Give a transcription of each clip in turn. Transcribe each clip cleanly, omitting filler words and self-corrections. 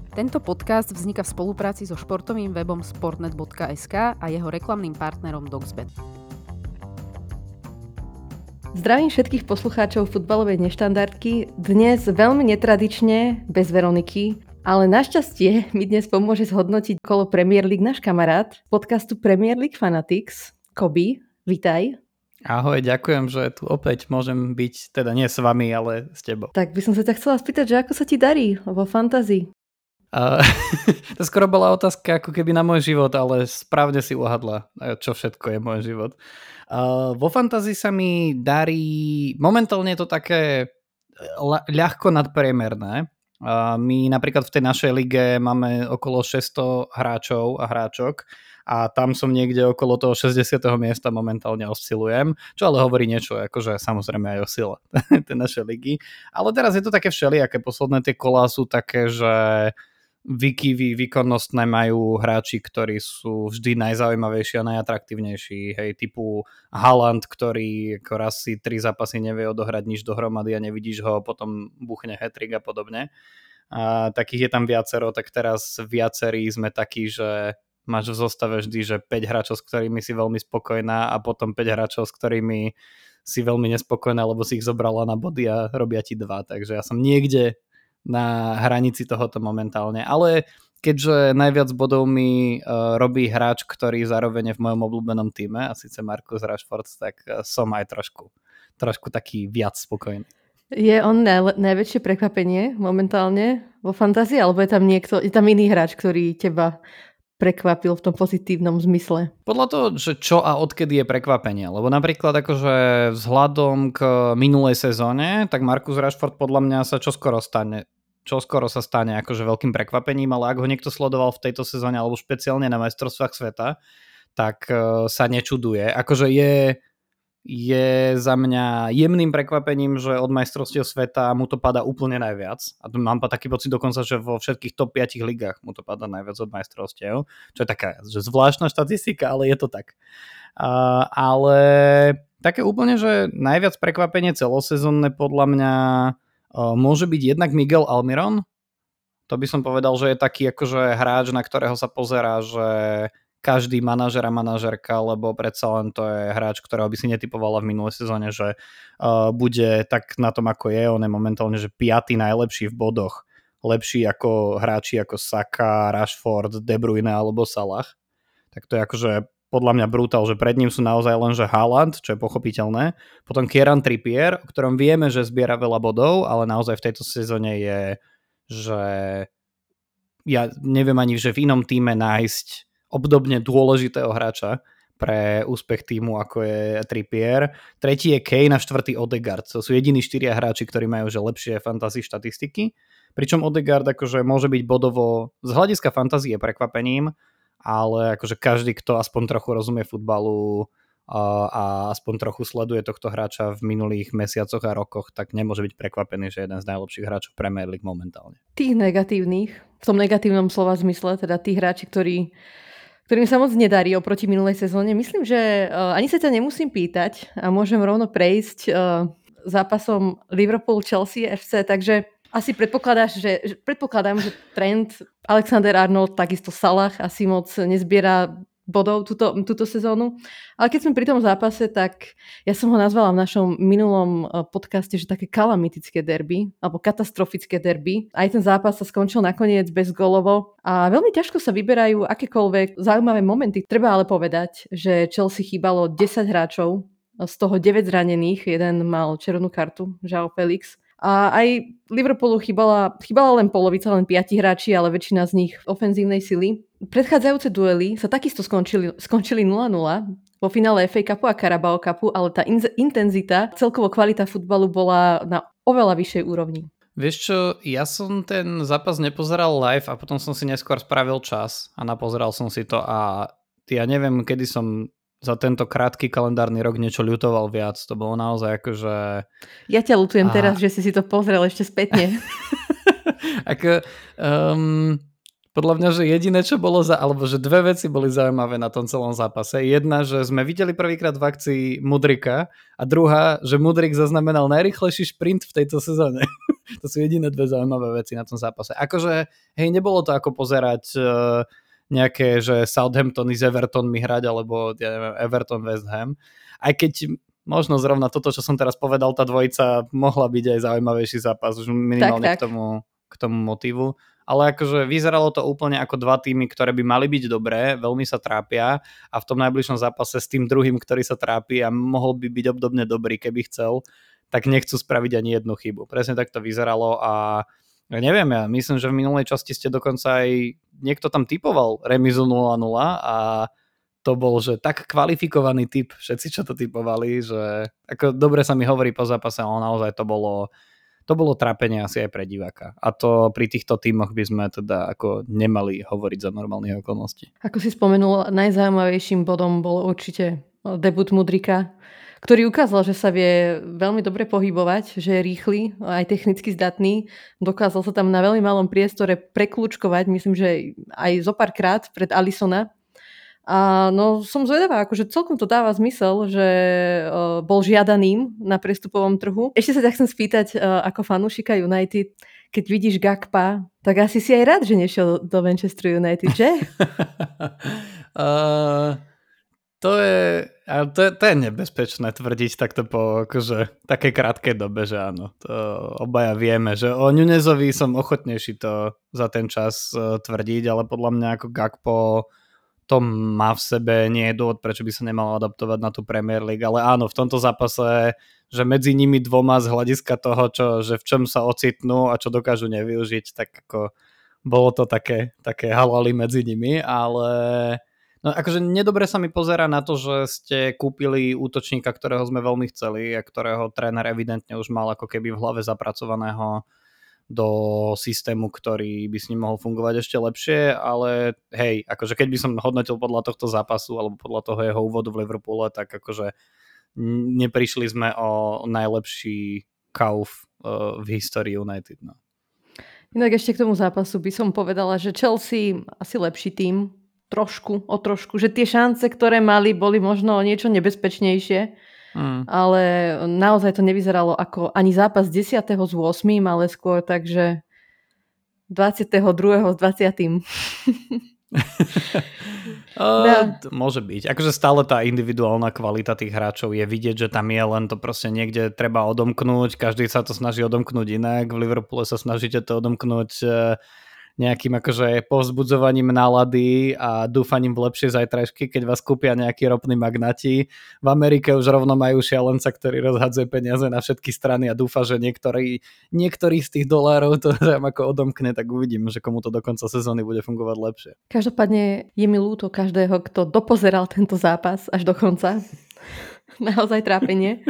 Tento podcast vzniká v spolupráci so športovým webom sportnet.sk a jeho reklamným partnerom Doxbet. Zdravím všetkých poslucháčov futbalovej neštandardky. Dnes veľmi netradične, bez Veroniky, ale našťastie mi dnes pomôže zhodnotiť kolo Premier League náš kamarát podcastu Premier League Fanatics, Kobi. Vitaj. Ahoj, ďakujem, že tu opäť môžem byť, teda nie s vami, ale s tebou. Tak by som sa ťa chcela spýtať, že ako sa ti darí vo fantázii? To skoro bola otázka ako keby na môj život, ale správne si uhadla, čo všetko je môj život. Vo fantázii sa mi darí, momentálne je to také ľahko nadpriemerné. My napríklad v tej našej lige máme okolo 600 hráčov a hráčok a tam som niekde okolo toho 60. miesta momentálne oscilujem, čo ale hovorí niečo, akože samozrejme aj o sile tej našej ligy. Ale teraz je to také všelijaké, posledné tie kolá sú také, že výkonnostné majú hráči, ktorí sú vždy najzaujímavejší a najatraktívnejší, hej, typu Haaland, ktorý ako raz si 3 zápasy nevie odohrať nič dohromady a nevidíš ho, potom buchne hat-trick a podobne. A takých je tam viacero, tak teraz viacerí sme takí, že máš v zostave vždy, že 5 hráčov, s ktorými si veľmi spokojná a potom 5 hráčov, s ktorými si veľmi nespokojná, lebo si ich zobrala na body a robia ti 2, takže ja som niekde na hranici tohoto momentálne, ale keďže najviac bodov mi robí hráč, ktorý zároveň je v mojom obľúbenom týme, a síce Marcus Rashford, tak som aj trošku taký viac spokojný. Je on najväčšie prekvapenie momentálne vo fantázii, alebo je tam iný hráč, ktorý teba prekvapil v tom pozitívnom zmysle? Podľa toho, že čo a odkedy je prekvapenie. Lebo napríklad akože vzhľadom k minulej sezóne, tak Marcus Rashford podľa mňa sa čoskoro sa stane akože veľkým prekvapením, ale ak ho niekto sledoval v tejto sezóne alebo špeciálne na majstrovstvách sveta, tak sa nečuduje. Akože je za mňa jemným prekvapením, že od majstrovstiev sveta mu to padá úplne najviac. A mám taký pocit dokonca, že vo všetkých top 5 ligách mu to padá najviac od majstrovstiev. Čo je taká že zvláštna štatistika, ale je to tak. Ale také úplne, že najviac prekvapenie celosezónne podľa mňa môže byť jednak Miguel Almiron. To by som povedal, že je taký akože hráč, na ktorého sa pozerá, že každý manažer a manažerka, lebo predsa len to je hráč, ktorého by si netypovala v minulej sezóne, že bude tak na tom, ako je. On je momentálne, že 5. najlepší v bodoch. Lepší ako hráči ako Saka, Rashford, De Bruyne alebo Salah. Tak to je akože podľa mňa brutál, že pred ním sú naozaj len, že Haaland, čo je pochopiteľné. Potom Kieran Trippier, o ktorom vieme, že zbiera veľa bodov, ale naozaj v tejto sezóne je, že ja neviem ani, že v inom týme nájsť obdobne dôležitého hráča pre úspech týmu, ako je Trippier. Tretí je Kane a štvrtý Odegaard. To sú jediní 4 hráči, ktorí majú že lepšie fantasy štatistiky. Pričom Odegaard akože môže byť bodovo z hľadiska fantasy je prekvapením, ale akože každý, kto aspoň trochu rozumie futbalu a aspoň trochu sleduje tohto hráča v minulých mesiacoch a rokoch, tak nemôže byť prekvapený, že jeden z najlepších hráčov Premier League momentálne. Tých negatívnych, v tom negatívnom slova zmysle, teda tí hráči, ktorým sa moc nedarí oproti minulej sezóne. Myslím, že ani sa ťa nemusím pýtať a môžem rovno prejsť zápasom Liverpool-Chelsea FC, takže asi predpokladám, že trend Alexander-Arnold, takisto Salah asi moc nezbiera bodov túto sezónu. Ale keď sme pri tom zápase, tak ja som ho nazvala v našom minulom podcaste, že také kalamitické derby, alebo katastrofické derby. Aj ten zápas sa skončil nakoniec bez gólovo a veľmi ťažko sa vyberajú akékoľvek zaujímavé momenty. Treba ale povedať, že Chelsea chýbalo 10 hráčov, z toho 9 zranených, jeden mal červenú kartu, João Felix. A aj Liverpoolu chýbala len polovica, len 5 hráči, ale väčšina z nich ofenzívnej sily. Predchádzajúce duely sa takisto skončili 0-0 vo finále FA Cupu a Carabao Cupu, ale tá intenzita, celkovo kvalita futbalu bola na oveľa vyššej úrovni. Vieš čo, ja som ten zápas nepozeral live a potom som si neskôr spravil čas a napozeral som si to a ja neviem, kedy som za tento krátky kalendárny rok niečo ľutoval viac. To bolo naozaj akože... Ja ťa ľutujem teraz, že si to pozrel ešte spätne. Podľa mňa, že jediné, čo bolo alebo že dve veci boli zaujímavé na tom celom zápase. Jedna, že sme videli prvýkrát v akcii Mudryka a druhá, že Mudryk zaznamenal najrýchlejší šprint v tejto sezóne. To sú jediné dve zaujímavé veci na tom zápase. Akože, hej, nebolo to ako pozerať nejaké, že Southampton s Everton mi hrať, alebo ja neviem, Everton West Ham. Aj keď možno zrovna toto, čo som teraz povedal, tá dvojica mohla byť aj zaujímavejší zápas, už minimálne Tak. K tomu motívu. Ale akože vyzeralo to úplne ako dva týmy, ktoré by mali byť dobré, veľmi sa trápia a v tom najbližšom zápase s tým druhým, ktorý sa trápi a mohol by byť obdobne dobrý, keby chcel, tak nechcú spraviť ani jednu chybu. Presne tak to vyzeralo a ja neviem, ja myslím, že v minulej časti ste dokonca aj niekto tam typoval remizu 0-0 a to bol, že tak kvalifikovaný typ, všetci, čo to typovali, že ako dobre sa mi hovorí po zápase, ale naozaj to bolo trápenie asi aj pre diváka. A to pri týchto tímoch by sme teda ako nemali hovoriť za normálnych okolností. Ako si spomenul, najzaujímavejším bodom bol určite debut Mudryka, ktorý ukázal, že sa vie veľmi dobre pohybovať, že je rýchly, aj technicky zdatný. Dokázal sa tam na veľmi malom priestore preklúčkovať, myslím, že aj zo párkrát pred Alissona. A no som zvedavá, akože celkom to dáva zmysel, že bol žiadaným na prestupovom trhu. Ešte sa ťa chcem spýtať, ako fanúšika United, keď vidíš Gakpa, tak asi si aj rád, že nešiel do Manchester United, že? To je nebezpečné tvrdiť takto po akože takej krátkej dobe, že áno. To obaja vieme, že o Nunezovi som ochotnejší to za ten čas tvrdiť, ale podľa mňa ako Gakpo to má v sebe, nie je dôvod, prečo by sa nemal adaptovať na tú Premier League, ale áno, v tomto zápase, že medzi nimi dvoma z hľadiska toho, že v čom sa ocitnú a čo dokážu nevyužiť, tak ako bolo to také halali medzi nimi, ale no akože nedobre sa mi pozerá na to, že ste kúpili útočníka, ktorého sme veľmi chceli a ktorého tréner evidentne už mal ako keby v hlave zapracovaného do systému, ktorý by s ním mohol fungovať ešte lepšie, ale hej, akože keď by som hodnotil podľa tohto zápasu alebo podľa toho jeho úvodu v Liverpoole, tak akože neprišli sme o najlepší kauf v histórii United. No. Inak ešte k tomu zápasu by som povedala, že Chelsea asi lepší tím, trošku, že tie šance, ktoré mali, boli možno niečo nebezpečnejšie, ale naozaj to nevyzeralo ako ani zápas 10. s 8, ale skôr takže 22. s 20. Môže byť. Akože stále tá individuálna kvalita tých hráčov je vidieť, že tam je, len to proste niekde treba odomknúť, každý sa to snaží odomknúť inak, v Liverpoole sa snažíte to odomknúť nejakým akože povzbudzovaním nálady a dúfaním v lepšie zajtrajšky, keď vás kúpia nejakí ropní magnáti. V Amerike už rovno majú šialenca, ktorý rozhadzuje peniaze na všetky strany a dúfa, že niektorý z tých dolárov to tam ako odomkne, tak uvidím, že komu to do konca sezóny bude fungovať lepšie. Každopádne je mi ľúto každého, kto dopozeral tento zápas až do konca. Naozaj trápenie.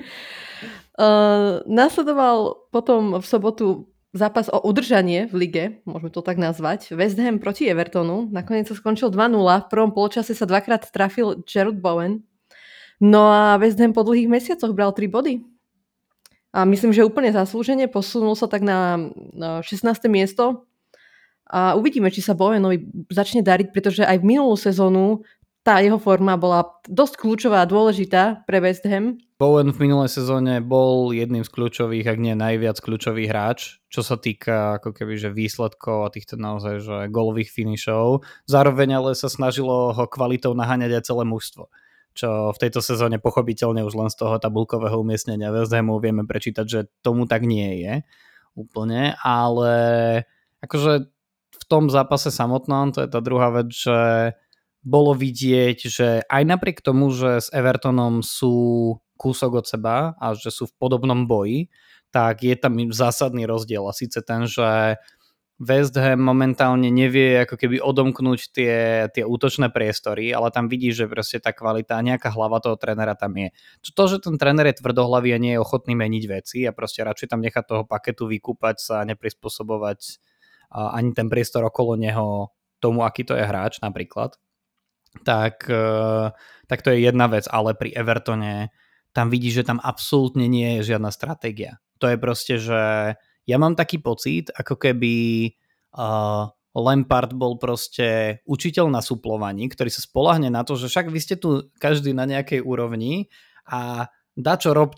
Nasledoval potom v sobotu zápas o udržanie v lige, môžeme to tak nazvať. West Ham proti Evertonu. Nakoniec sa skončil 2-0. V prvom polčase sa dvakrát trafil Jarrod Bowen. No a West Ham po dlhých mesiacoch bral 3 body. A myslím, že úplne zaslúžene posunul sa tak na 16. miesto. A uvidíme, či sa Bowenovi začne dariť, pretože aj v minulú sezónu tá jeho forma bola dosť kľúčová a dôležitá pre West Ham. Bowen v minulej sezóne bol jedným z kľúčových, ak nie najviac kľúčový hráč, čo sa týka ako keby, že výsledkov a týchto naozaj že golových finishov. Zároveň ale sa snažilo ho kvalitou naháňať aj celé mužstvo, čo v tejto sezóne pochopiteľne už len z toho tabulkového umiestnenia West Hamu vieme prečítať, že tomu tak nie je úplne, ale akože v tom zápase samotnom, to je tá druhá vec, že bolo vidieť, že aj napriek tomu, že s Evertonom sú kúsok od seba a že sú v podobnom boji, tak je tam zásadný rozdiel. A síce ten, že West Ham momentálne nevie ako keby odomknúť tie útočné priestory, ale tam vidí, že proste tá kvalita, nejaká hlava toho trénera tam je. To, že ten tréner je tvrdohlavý a nie je ochotný meniť veci a proste radšej tam nechať toho paketu vykúpať sa a neprispôsobovať ani ten priestor okolo neho tomu, aký to je hráč napríklad, tak to je jedna vec, ale pri Evertone tam vidíš, že tam absolútne nie je žiadna stratégia. To je proste, že ja mám taký pocit, ako keby Lampard bol proste učiteľ na suplovaní, ktorý sa spoľahne na to, že však vy ste tu každý na nejakej úrovni a dačo robte.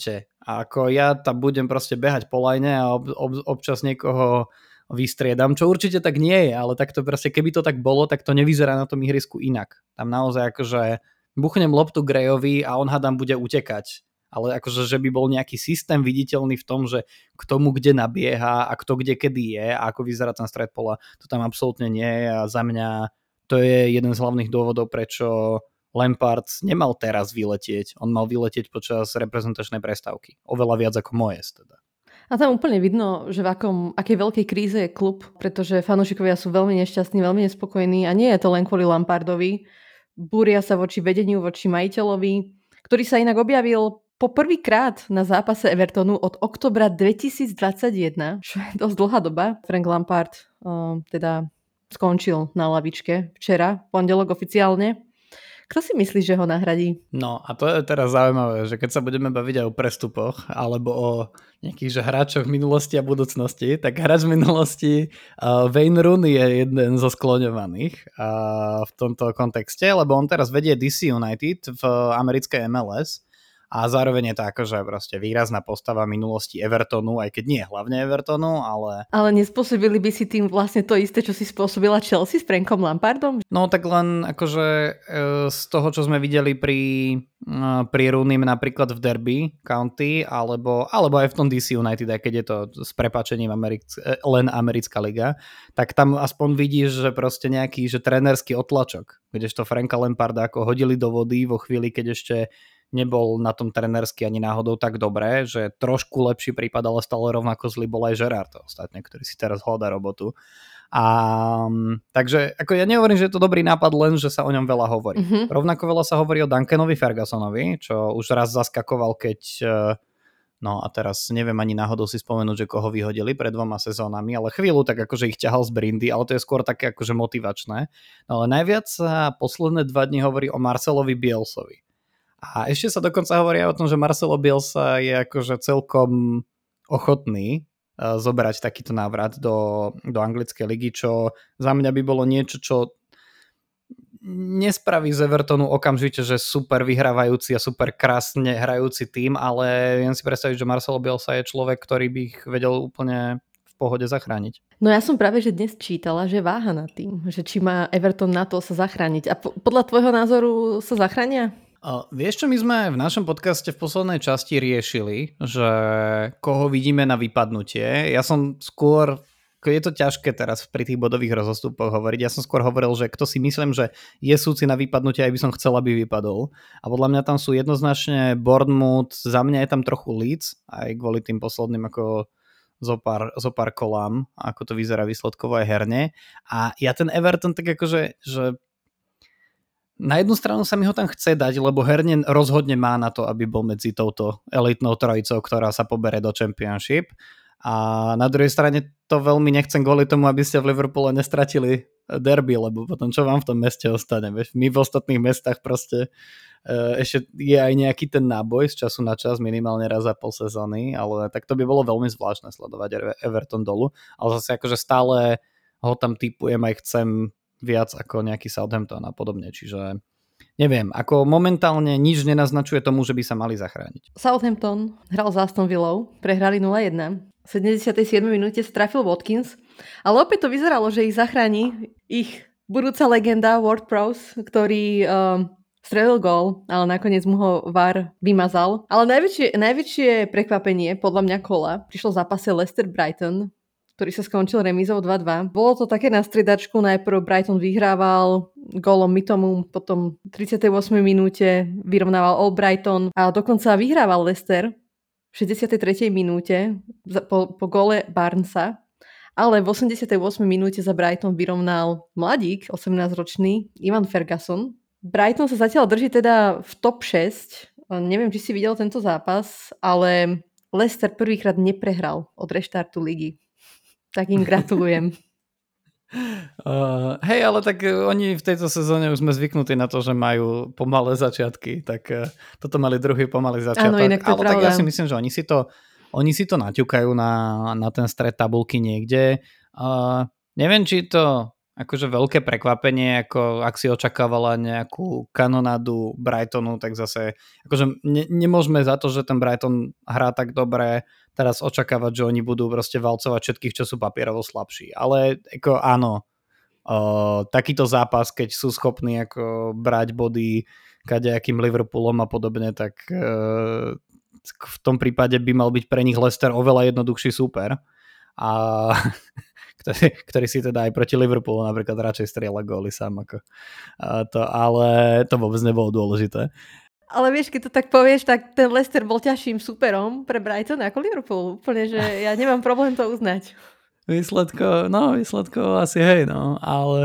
A ako ja tam budem proste behať po line a občas niekoho vystriedam, čo určite tak nie je, ale tak to proste, keby to tak bolo, tak to nevyzerá na tom ihrisku inak. Tam naozaj akože buchnem loptu Grayovi a on hádam bude utekať. Ale akože, že by bol nejaký systém viditeľný v tom, že k tomu, kde nabieha a kto kde kedy je a ako vyzerá ten stred pola, to tam absolútne nie je a za mňa to je jeden z hlavných dôvodov, prečo Lampard nemal teraz vyletieť. On mal vyletieť počas reprezentačnej prestávky. Oveľa viac ako Moyes teda. A tam úplne vidno, že v akej veľkej kríze je klub, pretože fanúšikovia sú veľmi nešťastní, veľmi nespokojní a nie je to len kvôli Lampardovi. Búria sa voči vedeniu, voči majiteľovi, ktorý sa inak objavil po prvýkrát na zápase Evertonu od oktobra 2021, čo je dosť dlhá doba. Frank Lampard teda skončil na lavičke včera, pondelok oficiálne. Kto si myslí, že ho nahradí? No a to je teraz zaujímavé, že keď sa budeme baviť aj o prestupoch alebo o nejakých že hráčoch minulosti a budúcnosti, tak hráč minulosti Wayne Rooney je jeden zo skloňovaných v tomto kontexte, lebo on teraz vedie DC United v americkej MLS a zároveň je to akože proste výrazná postava minulosti Evertonu, aj keď nie hlavne Evertonu, ale... Ale nespôsobili by si tým vlastne to isté, čo si spôsobila Chelsea s Frankom Lampardom? No tak len akože z toho, čo sme videli pri Rooneym napríklad v Derby County, alebo aj v tom DC United, aj keď je to s prepáčením len americká liga, tak tam aspoň vidíš, že proste nejaký že trénerský otlačok, kdežto Franka Lamparda ako hodili do vody vo chvíli, keď ešte nebol na tom trenersky ani náhodou tak dobré, že trošku lepší prípad, ale stále rovnako zlý bol aj Gerrard ostatne, ktorý si teraz hľadá robotu. Takže ako ja nehovorím, že je to dobrý nápad, len že sa o ňom veľa hovorí. Rovnako veľa sa hovorí o Duncanovi Fergusonovi, čo už raz zaskakoval, keď no a teraz neviem ani náhodou si spomenúť, že koho vyhodili pred 2 sezónami, ale chvíľu tak akože ich ťahal z brindy, ale to je skôr také akože motivačné. No ale najviac sa posledné 2 dni hovorí o Marcelovi Bielsovi. A ešte sa dokonca hovorí o tom, že Marcelo Bielsa je akože celkom ochotný zobrať takýto návrat do anglickej ligy, čo za mňa by bolo niečo, čo nespraví z Evertonu okamžite, že super vyhrávajúci a super krásne hrajúci tým, ale viem si predstaviť, že Marcelo Bielsa je človek, ktorý by ich vedel úplne v pohode zachrániť. No ja som práve, že dnes čítala, že váha nad tým, že či má Everton na to sa zachrániť. A podľa tvojho názoru sa zachránia? Vieš čo, my sme v našom podcaste v poslednej časti riešili, že koho vidíme na vypadnutie. Ja som skôr, je to ťažké teraz pri tých bodových rozostupoch hovoriť, ja som skôr hovoril, že kto si myslím, že je súci na vypadnutie, aj by som chcel, aby vypadol. A podľa mňa tam sú jednoznačne Bournemouth, za mňa je tam trochu Leeds, aj kvôli tým posledným ako zopár kolám, ako to vyzerá výsledkovo aj herne. A ja ten Everton tak akože, že na jednu stranu sa mi ho tam chce dať, lebo herne rozhodne má na to, aby bol medzi touto elitnou trojicou, ktorá sa pobere do Championship. A na druhej strane to veľmi nechcem kvôli tomu, aby ste v Liverpoole nestratili derby, lebo potom čo vám v tom meste ostane? My v ostatných mestách proste ešte je aj nejaký ten náboj z času na čas, minimálne raz za pol sezóny, ale tak to by bolo veľmi zvláštne sledovať Everton dolu. Ale zase akože stále ho tam typujem aj chcem viac ako nejaký Southampton a podobne, čiže neviem, ako momentálne nič nenaznačuje tomu, že by sa mali zachrániť. Southampton hral s Aston Villou, prehrali 0-1, v 77. minúte strafil Watkins, ale opäť to vyzeralo, že ich zachráni ich budúca legenda Ward-Prowse, ktorý strelil gól, ale nakoniec mu ho VAR vymazal. Ale najväčšie prekvapenie podľa mňa kola prišlo v zápase Leicester-Brighton, ktorý sa skončil remízou 2-2. Bolo to také na striedačku, najprv Brighton vyhrával gólom Mitomu, potom v 38. minúte vyrovnával Albrighton a dokonca vyhrával Leicester v 63. minúte po góle Barnesa, ale v 88. minúte za Brighton vyrovnal mladík, 18-ročný Ivan Ferguson. Brighton sa zatiaľ drží teda v top 6. Neviem, či si videl tento zápas, ale Leicester prvýkrát neprehral od reštartu ligy. Tak im gratulujem. Hej, ale tak oni v tejto sezóne už sme zvyknutí na to, že majú pomalé začiatky, tak toto mali druhý pomalý začiatok. Áno, inak to ale tak ja si myslím, že oni si to naťukajú na ten stred tabulky niekde. Neviem, či to akože veľké prekvapenie, ako ak si očakávala nejakú kanonádu Brightonu, tak zase akože nemôžeme za to, že ten Brighton hrá tak dobre, teraz očakávať, že oni budú proste valcovať všetkých, čo sú papierovo slabší. Ale ako áno, takýto zápas, keď sú schopní ako brať body kadejakým Liverpoolom a podobne, tak v tom prípade by mal byť pre nich Leicester oveľa jednoduchší súper. A ktorý si teda aj proti Liverpoolu napríklad radšej strieľa góly sám ako ale to vôbec nebolo dôležité. Ale vieš, keď to tak povieš, tak ten Leicester bol ťažším superom pre Brighton ako Liverpool. Úplne, že ja nemám problém to uznať. Výsledko asi hej, no, ale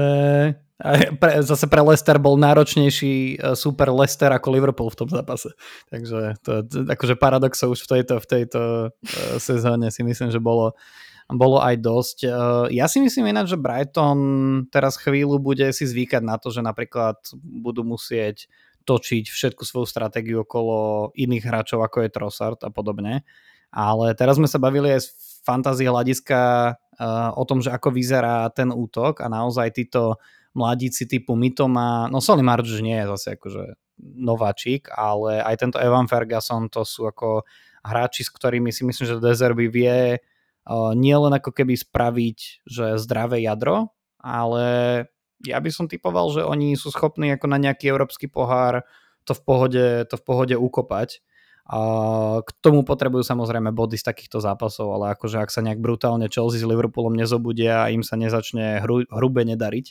zase pre Leicester bol náročnejší super Leicester ako Liverpool v tom zápase. Takže to akože paradoxov už v tejto sezóne si myslím, že bolo aj dosť. Ja si myslím ináč, že Brighton teraz chvíľu bude si zvykať na to, že napríklad budú musieť točiť všetku svoju stratégiu okolo iných hráčov, ako je Trossard a podobne. Ale teraz sme sa bavili aj z fantázie hľadiska o tom, že ako vyzerá ten útok a naozaj títo mladíci typu Mitoma, no Solly March nie je zase akože nováčik, ale aj tento Evan Ferguson, to sú ako hráči, s ktorými si myslím, že De Zerbi vie nie len ako keby spraviť, že zdravé jadro, ale ja by som typoval, že oni sú schopní ako na nejaký európsky pohár to v pohode ukopať. A k tomu potrebujú samozrejme body z takýchto zápasov, ale akože ak sa nejak brutálne Chelsea s Liverpoolom nezobudia a im sa nezačne hrube nedariť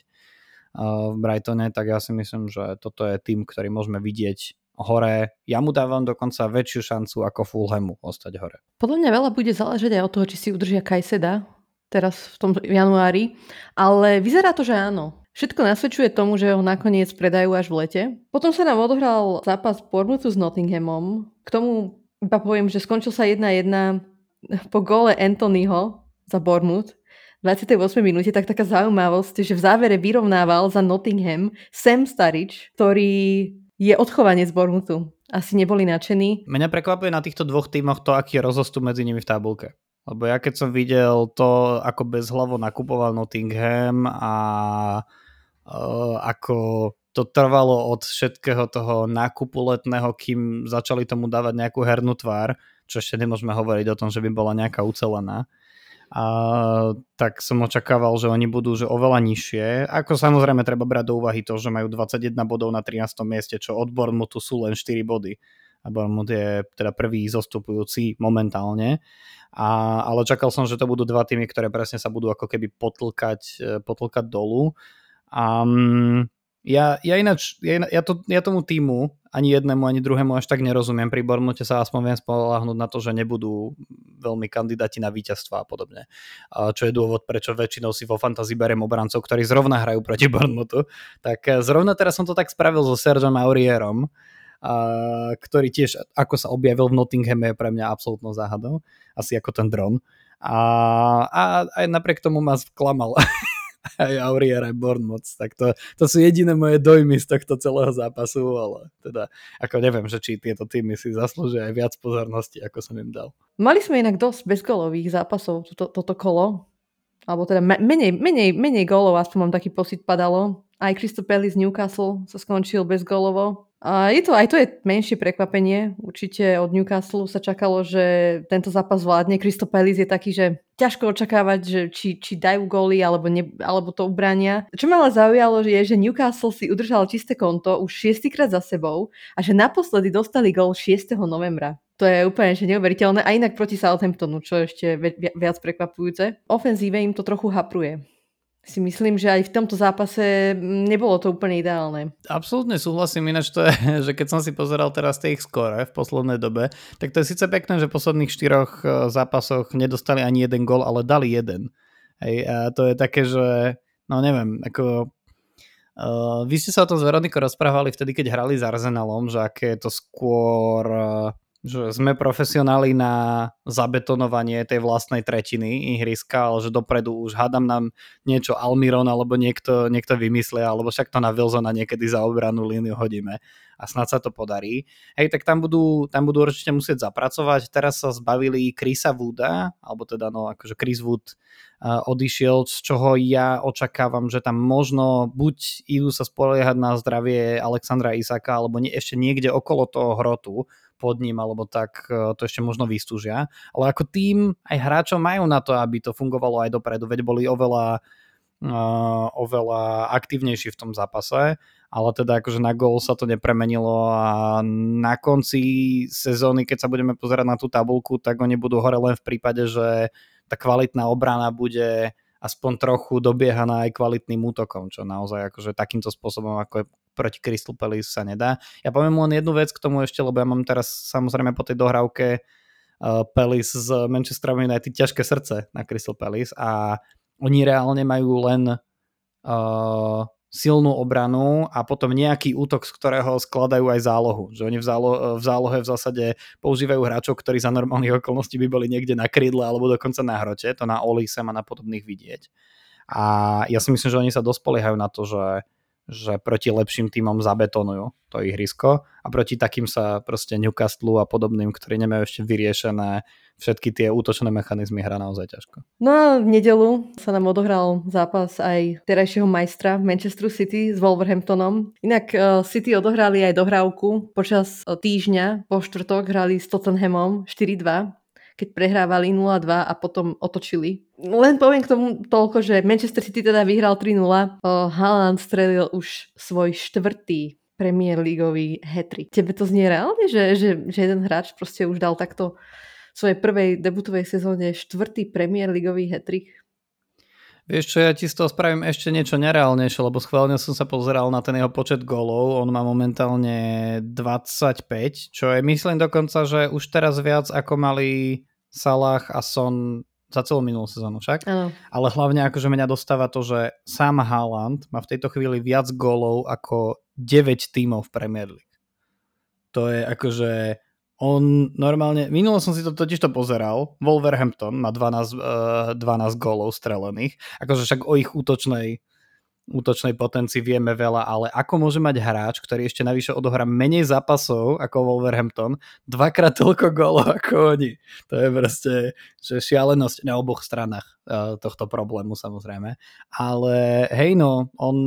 v Brightone, tak ja si myslím, že toto je tým, ktorý môžeme vidieť hore. Ja mu dávam dokonca väčšiu šancu ako Fulhamu ostať hore. Podľa mňa veľa bude záležať aj od toho, či si udržia Kajseda teraz v tom januári, ale vyzerá to, že áno. Všetko nasvedčuje tomu, že ho nakoniec predajú až v lete. Potom sa nám odohral zápas Bournemouthu s Nottinghamom. K tomu iba poviem, že skončil sa 1-1 po góle Anthonyho za Bournemouth v 28. minúte, tak taká zaujímavosť, že v závere vyrovnával za Nottingham Sam Sturridge, ktorý je odchovanec Bournemouthu. Asi neboli nadšení. Mňa prekvapuje na týchto dvoch tímoch to, aký je rozostup medzi nimi v tabulke. Lebo ja keď som videl to, ako bezhlavo nakupoval Nottingham a ako to trvalo od všetkého toho nákupu letného, kým začali tomu dávať nejakú hernú tvár, čo ešte nemôžeme hovoriť o tom, že by bola nejaká ucelená. Tak som očakával, že oni budú že oveľa nižšie. Ako samozrejme treba brať do úvahy to, že majú 21 bodov na 13. mieste, čo od Bournemouthu sú len 4 body. A Bournemouth je teda prvý zostupujúci momentálne. Ale čakal som, že to budú dva týmy, ktoré presne sa budú ako keby potlkať dolu. Ja tomu týmu ani jednému, ani druhému až tak nerozumiem. Pri Bournemouthe sa aspoň viem spoľahnúť na to, že nebudú veľmi kandidáti na víťazstva a podobne. Čo je dôvod, prečo väčšinou si vo fantasy beriem obrancov, ktorí zrovna hrajú proti Bournemouthu. Tak zrovna teraz som to tak spravil so Sergeom Aurierom, ktorý tiež, ako sa objavil v Nottinghame, je pre mňa absolútnou záhadou. Asi ako ten dron. A aj napriek tomu ma sklamal aj Aurier, aj Bournemouth, tak to sú jediné moje dojmy z tohto celého zápasu, ale teda ako neviem, že či tieto týmy si zaslúžia aj viac pozornosti, ako som im dal. Mali sme inak dosť bezgólových zápasov toto kolo, alebo teda menej gólov, aspoň mám taký pocit, padalo. Aj Crystal Palace Newcastle sa skončil bezgólovo. A aj to je menšie prekvapenie. Určite od Newcastle sa čakalo, že tento zápas vládne. Crystal Palace je taký, že ťažko očakávať, že či dajú góly alebo to ubránia. Čo ma ale zaujalo, je, že Newcastle si udržal čisté konto už 6-krát za sebou a že naposledy dostali gól 6. novembra. To je úplne že neuveriteľné. A inak proti Southamptonu, čo je ešte viac prekvapujúce. Ofenzíve im to trochu hapruje. Si myslím, že aj v tomto zápase nebolo to úplne ideálne. Absolútne súhlasím, ináč to je, že keď som si pozeral teraz tie ich skóre v poslednej dobe, tak to je síce pekné, že v posledných 4 zápasoch nedostali ani jeden gól, ale dali jeden. Hej, a to je také, že no neviem, ako vy ste sa o tom s Veronikou rozprávali vtedy, keď hrali s Arsenalom, že aké je to skôr že sme profesionáli na zabetonovanie tej vlastnej tretiny ihriska, ale že dopredu už hádam nám niečo Almiron alebo niekto vymyslia, alebo však to na Wilsona niekedy za obrannú líniu hodíme a snad sa to podarí. Hej, tak tam budú určite musieť zapracovať. Teraz sa zbavili Chrisa Wooda, alebo teda akože Chris Wood odišiel, z čoho ja očakávam, že tam možno buď idú sa spoliehať na zdravie Alexandra Isaka, alebo ešte niekde okolo toho hrotu pod ním, alebo tak to ešte možno vystúžia. Ale ako tým aj hráčov majú na to, aby to fungovalo aj dopredu, veď boli oveľa aktívnejší v tom zápase, ale teda akože na gól sa to nepremenilo a na konci sezóny, keď sa budeme pozerať na tú tabuľku, tak oni budú hore len v prípade, že tá kvalitná obrana bude aspoň trochu dobiehaná aj kvalitným útokom, čo naozaj akože takýmto spôsobom, ako je proti Crystal Palace, sa nedá. Ja poviem len jednu vec k tomu ešte, lebo ja mám teraz samozrejme po tej dohrávke Palace z Manchesterom United ťažké srdce na Crystal Palace a oni reálne majú len silnú obranu a potom nejaký útok, z ktorého skladajú aj zálohu. Že oni v zálohe v zásade používajú hráčov, ktorí za normálnych okolností by boli niekde na krídle alebo dokonca na hrote. To na Olise a na podobných vidieť. A ja si myslím, že oni sa dospoliehajú na to, že proti lepším tímom zabetonujú to ihrisko a proti takým sa proste Newcastle a podobným, ktorí nemajú ešte vyriešené všetky tie útočné mechanizmy, hrá naozaj ťažko. No a v nedelu sa nám odohral zápas aj terajšieho majstra Manchester City s Wolverhamptonom. Inak City odohrali aj dohrávku počas týždňa. Po štvrtok hrali s Tottenhamom 4-2, keď prehrávali 0-2 a potom otočili. Len poviem k tomu toľko, že Manchester City teda vyhral 3-0. Haaland strelil už svoj 4. Premier Leagueový hat-trick. Tebe to znie reálne, že jeden hráč proste už dal takto v svojej prvej debutovej sezóne 4. Premier Leagueový hat-trick? Vieš čo, ja ti z toho spravím ešte niečo nereálnejšie, lebo schválne som sa pozeral na ten jeho počet gólov. On má momentálne 25, čo je myslím dokonca, že už teraz viac ako mali Salah a Son za celú minulú sezónu však. Áno. Ale hlavne akože mňa dostáva to, že sám Haaland má v tejto chvíli viac gólov ako 9 tímov v Premier League. To je akože on normálne, minulo som si to totiž to pozeral, Wolverhampton má 12 gólov strelených, akože však o ich útočnej potencii vieme veľa, ale ako môže mať hráč, ktorý ešte navyše odohrá menej zápasov ako Wolverhampton, dvakrát toľko gólov ako oni. To je proste že šialenosť na oboch stranách tohto problému samozrejme. Ale hej no, on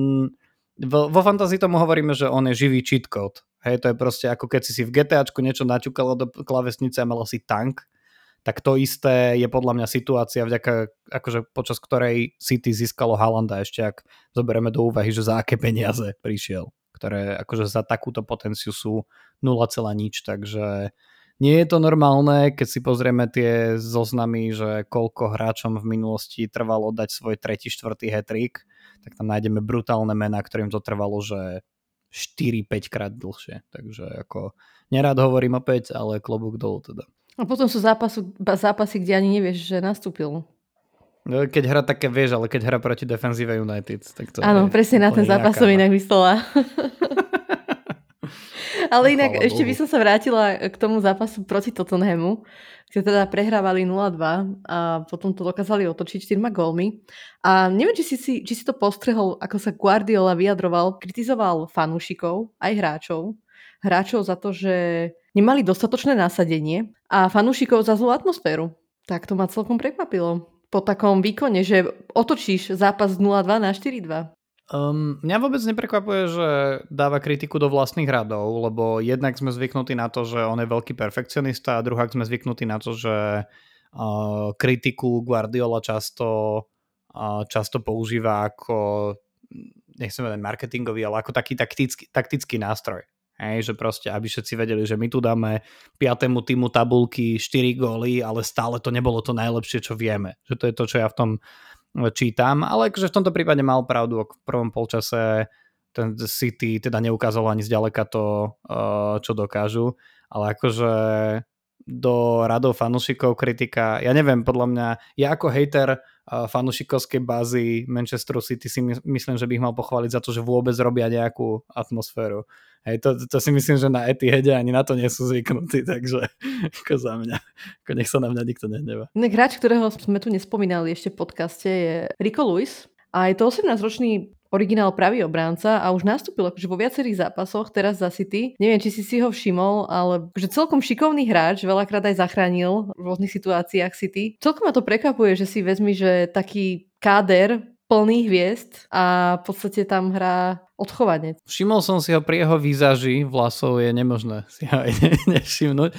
vo fantázii tomu hovoríme, že on je živý cheat code. Hej, to je proste ako keď si v GTAčku niečo naťukalo do klávesnice a mala si tank, tak to isté je podľa mňa situácia, vďaka, akože počas ktorej City získalo Haalanda, ešte ak zoberieme do úvahy, že za aké peniaze prišiel, ktoré akože za takúto potenciu sú 0, nič, takže nie je to normálne, keď si pozrieme tie zoznamy, že koľko hráčom v minulosti trvalo dať svoj 3., 4. hat-trick, tak tam nájdeme brutálne mená, ktorým to trvalo, že 4-5 krát dlhšie. Takže ako nerád hovorím opäť, ale klobúk dolu teda. A potom sú zápasy, kde ani nevieš, že nastúpil. Keď hra také vieš, ale keď hra proti Defensive United, tak to áno, presne na ten zápas som inak myslela. Ale inak ešte by som sa vrátila k tomu zápasu proti Tottenhamu, kde teda prehrávali 0-2 a potom to dokázali otočiť 4 gólmi. A neviem, či si to postrehol, ako sa Guardiola vyjadroval, kritizoval fanúšikov, aj hráčov za to, že nemali dostatočné nasadenie a fanúšikov za zlú atmosféru. Tak to ma celkom prekvapilo. Po takom výkone, že otočíš zápas 0-2 na 4-2. Mňa vôbec neprekvapuje, že dáva kritiku do vlastných radov, lebo jednak sme zvyknutí na to, že on je veľký perfekcionista a druhák sme zvyknutí na to, že kritiku Guardiola často používa ako, nechcem povedať marketingový, ale ako taký taktický nástroj. Hej, že proste, aby všetci vedeli, že my tu dáme 5. týmu tabulky 4 góly, ale stále to nebolo to najlepšie, čo vieme. Že to je to, čo ja v tom čítam, ale akože v tomto prípade mal pravdu, v prvom polčase ten City teda neukázalo ani zďaleka to, čo dokážu, ale akože do radov fanúšikov kritika, ja neviem, podľa mňa, ja ako hejter fanúšikovskej bázy Manchesteru City si myslím, že by ich mal pochváliť za to, že vôbec robia nejakú atmosféru. Hej, to si myslím, že na Etihade ani na to nie sú zvyknutí, takže ako za mňa, ako nech sa na mňa nikto nehnevá. Inak hráč, ktorého sme tu nespomínali ešte v podcaste, je Rico Lewis a je to 18-ročný originál pravý obránca a už nastúpil akože vo viacerých zápasoch teraz za City. Neviem, či si ho všimol, ale že celkom šikovný hráč, veľakrát aj zachránil v rôznych situáciách City. Celkom ma to prekvapuje, že si vezmi, že taký káder plný hviezd a v podstate tam hrá odchovanec. Všimol som si ho pri jeho výzaži vlasov, je nemožné si ho aj nevšimnúť.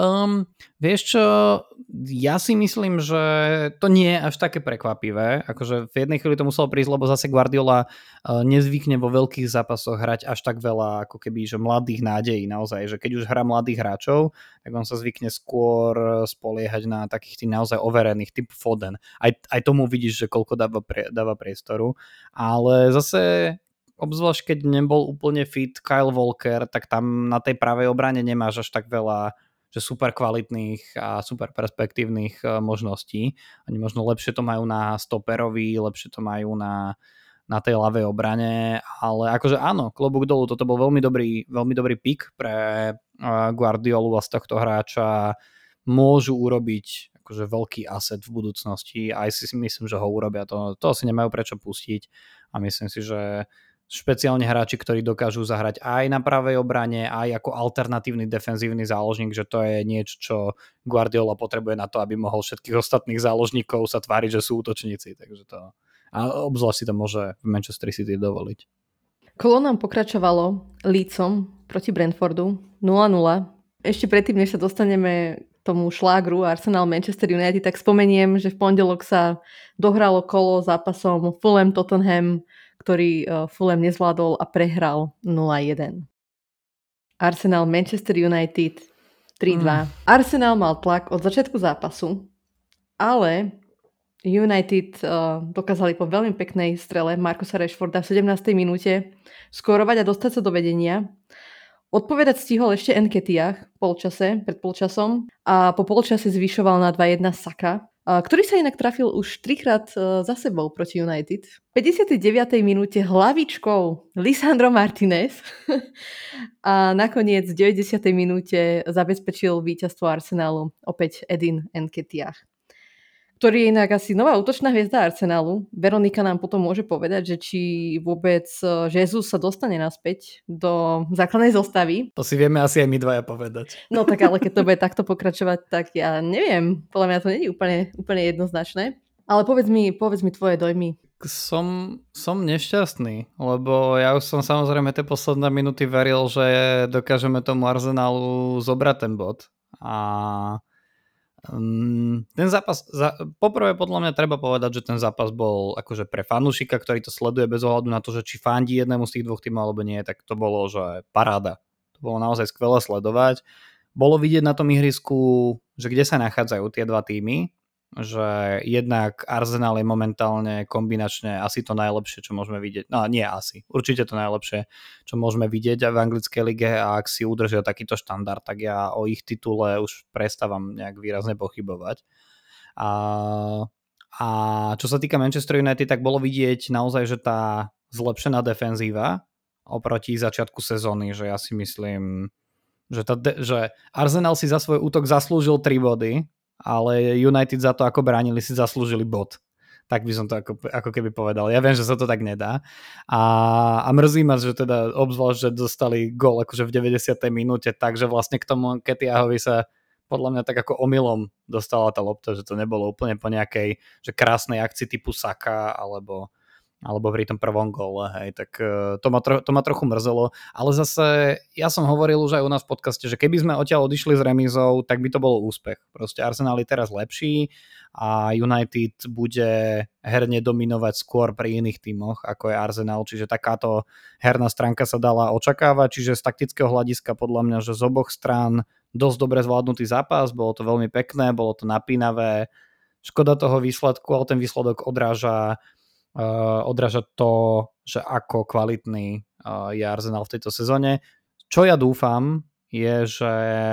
Vieš čo, ja si myslím, že to nie je až také prekvapivé. Akože v jednej chvíli to muselo prísť, lebo zase Guardiola nezvykne vo veľkých zápasoch hrať až tak veľa ako keby, že mladých nádejí naozaj, že keď už hrá mladých hráčov, tak on sa zvykne skôr spoliehať na takých tých naozaj overených typ Foden. Aj tomu vidíš, že koľko dáva priestoru, ale zase obzvlášť keď nebol úplne fit Kyle Walker, tak tam na tej pravej obrane nemáš až tak veľa že super kvalitných a super perspektívnych možností. Oni možno lepšie to majú na stoperovi, lepšie to majú na tej ľavej obrane, ale akože áno, klobúk dolu, toto bol veľmi dobrý pick pre Guardiolu a z tohto hráča môžu urobiť akože veľký asset v budúcnosti a aj si myslím, že ho urobia. To asi nemajú prečo pustiť a myslím si, že špeciálne hráči, ktorí dokážu zahrať aj na pravej obrane, aj ako alternatívny defenzívny záložník, že to je niečo, čo Guardiola potrebuje na to, aby mohol všetkých ostatných záložníkov sa tváriť, že sú útočníci. Takže to, a obzvlášť si to môže v Manchester City dovoliť. Kolo nám pokračovalo Leedsom proti Brentfordu 0-0. Ešte predtým, než sa dostaneme k tomu šlágru Arsenal Manchester United, tak spomeniem, že v pondelok sa dohralo kolo zápasom Fulham-Tottenham, ktorý Fulham nezvládol a prehral 0-1. Arsenal Manchester United 3-2. Arsenal mal tlak od začiatku zápasu, ale United dokázali po veľmi peknej strele Marcusa Rashforda v 17. minúte skorovať a dostať sa do vedenia. Odpovedať stihol ešte Nketiah pred polčasom a po polčase zvyšoval na 2-1 Saka, ktorý sa inak trafil už 3-krát za sebou proti United. V 59. minúte hlavičkou Lisandro Martinez a nakoniec v 90. minúte zabezpečil víťazstvo Arsenalu opäť Edin Nketiah, ktorý je inak asi nová útočná hviezda Arsenalu. Veronika nám potom môže povedať, že či vôbec Jesus sa dostane naspäť do základnej zostavy. To si vieme asi aj my dvaja povedať. No tak ale keď to bude takto pokračovať, tak ja neviem. Podľa mňa to nie je úplne jednoznačné. Ale povedz mi tvoje dojmy. Som nešťastný, lebo ja už som samozrejme tie posledné minúty veril, že dokážeme tomu Arsenalu zobrať ten bod. A ten zápas, poprvé podľa mňa treba povedať, že ten zápas bol akože pre fanúšika, ktorý to sleduje bez ohľadu na to, že či fandí jednému z tých dvoch tímov alebo nie, tak to bolo, že paráda. To bolo naozaj skvelé sledovať. Bolo vidieť na tom ihrisku, že kde sa nachádzajú tie dva tímy, že jednak Arsenal je momentálne kombinačne asi to najlepšie, čo môžeme vidieť. No nie asi, určite to najlepšie, čo môžeme vidieť v anglickej lige a ak si udržia takýto štandard, tak ja o ich titule už prestávam nejak výrazne pochybovať. A čo sa týka Manchester United, tak bolo vidieť naozaj, že tá zlepšená defenzíva oproti začiatku sezóny, že ja si myslím, že Arsenal si za svoj útok zaslúžil 3 body, ale United za to, ako bránili, si zaslúžili bod. Tak by som to ako keby povedal. Ja viem, že sa to tak nedá. A mrzí ma, že teda obzvlášť, že dostali gól akože v 90. minúte, takže vlastne k tomu Nketiahovi sa podľa mňa tak ako omylom dostala tá lopta, že to nebolo úplne po nejakej že krásnej akcii typu Saka alebo pri tom prvom góle, hej, tak to ma trochu mrzelo, ale zase ja som hovoril už aj u nás v podcaste, že keby sme odtiaľ odišli s remízou, tak by to bolo úspech. Proste Arsenal je teraz lepší a United bude herne dominovať skôr pri iných tímoch, ako je Arsenal, čiže takáto herná stránka sa dala očakávať, čiže z taktického hľadiska podľa mňa, že z oboch strán dosť dobre zvládnutý zápas, bolo to veľmi pekné, bolo to napínavé, škoda toho výsledku, ale ten výsledok odráža to, že ako kvalitný je Arsenal v tejto sezóne. Čo ja dúfam, je, že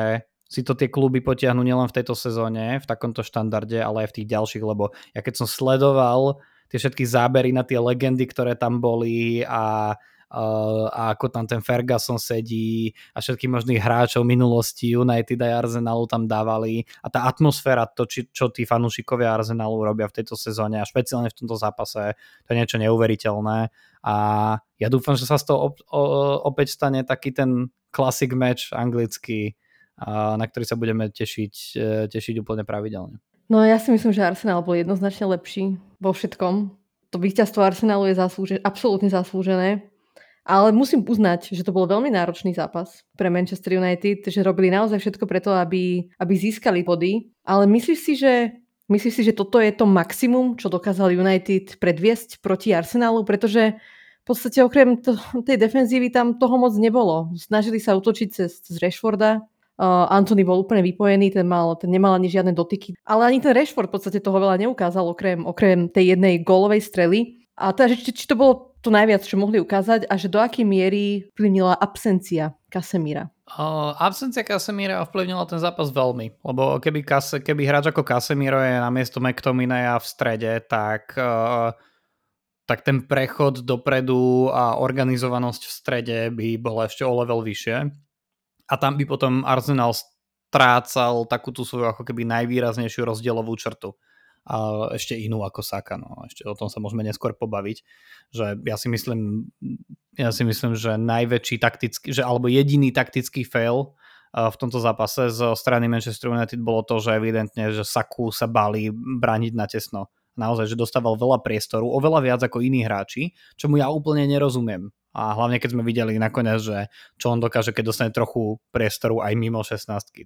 si to tie kluby potiahnu nielen v tejto sezóne, v takomto štandarde, ale aj v tých ďalších, lebo ja keď som sledoval tie všetky zábery na tie legendy, ktoré tam boli a ako tam ten Ferguson sedí a všetkých možných hráčov minulosti United aj Arsenalu tam dávali a tá atmosféra, to čo tí fanúšikovia Arsenalu robia v tejto sezóne a špeciálne v tomto zápase, to je niečo neuveriteľné a ja dúfam, že sa z toho opäť stane taký ten classic match anglický, na ktorý sa budeme tešiť úplne pravidelne. No ja si myslím, že Arsenal bol jednoznačne lepší vo všetkom. To víťazstvo Arsenalu je absolútne zaslúžené. Ale musím uznať, že to bol veľmi náročný zápas pre Manchester United, že robili naozaj všetko preto, aby získali body. Ale myslíš si, že toto je to maximum, čo dokázal United predviesť proti Arsenalu? Pretože v podstate okrem tej defenzívy tam toho moc nebolo. Snažili sa útočiť cez Rashforda. Anthony bol úplne vypojený, ten nemal ani žiadne dotyky. Ale ani ten Rashford v podstate toho veľa neukázal, okrem tej jednej gólovej strely. A teda, či to bolo to najviac, čo mohli ukázať a že do akej miery vplyvnila absencia Casemira? Absencia Casemira ovplyvnila ten zápas veľmi, lebo keby hráč ako Casemiro je namiesto McTominaya v strede, tak ten prechod dopredu a organizovanosť v strede by bola ešte o level vyššie. A tam by potom Arsenal strácal takú tú svoju ako keby najvýraznejšiu rozdielovú črtu. A ešte inú ako Saka, no ešte o tom sa môžeme neskôr pobaviť, že ja si myslím, že najväčší taktický, alebo jediný taktický fail v tomto zápase zo strany Manchester United bolo to, že evidentne, že Saku sa báli brániť na tesno. Naozaj, že dostával veľa priestoru, oveľa viac ako iní hráči, čomu ja úplne nerozumiem. A hlavne keď sme videli nakoniec, že čo on dokáže, keď dostane trochu priestoru aj mimo 16-ky,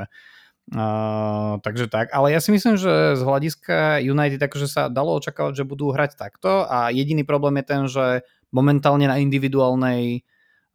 takže tak, ale ja si myslím, že z hľadiska United akože sa dalo očakávať, že budú hrať takto a jediný problém je ten, že momentálne na individuálnej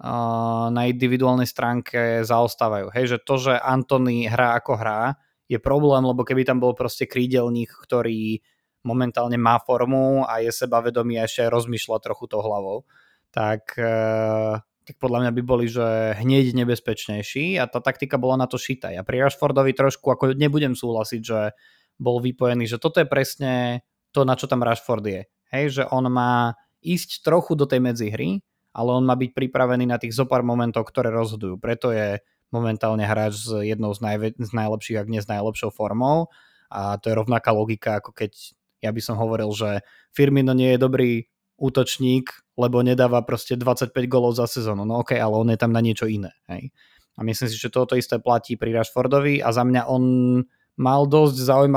stránke zaostávajú. Hej, že to, že Anthony hrá ako hrá, je problém, lebo keby tam bol proste krídelník, ktorý momentálne má formu a je sebavedomý a ešte rozmýšľa trochu tou hlavou, tak podľa mňa by boli, že hneď nebezpečnejší a tá taktika bola na to šitá. Ja pri Rashfordovi trošku ako nebudem súhlasiť, že bol vypojený, že toto je presne to, na čo tam Rashford je. Hej, že on má ísť trochu do tej medzihry, ale on má byť pripravený na tých zopár momentov, ktoré rozhodujú. Preto je momentálne hráč s jednou z najlepších, ak nie s najlepšou formou a to je rovnaká logika, ako keď ja by som hovoril, že Firmino nie je dobrý útočník, lebo nedáva proste 25 golov za sezónu. No okej, ale on je tam na niečo iné. Hej. A myslím si, že toto isté platí pri Rashfordovi a za mňa on mal dosť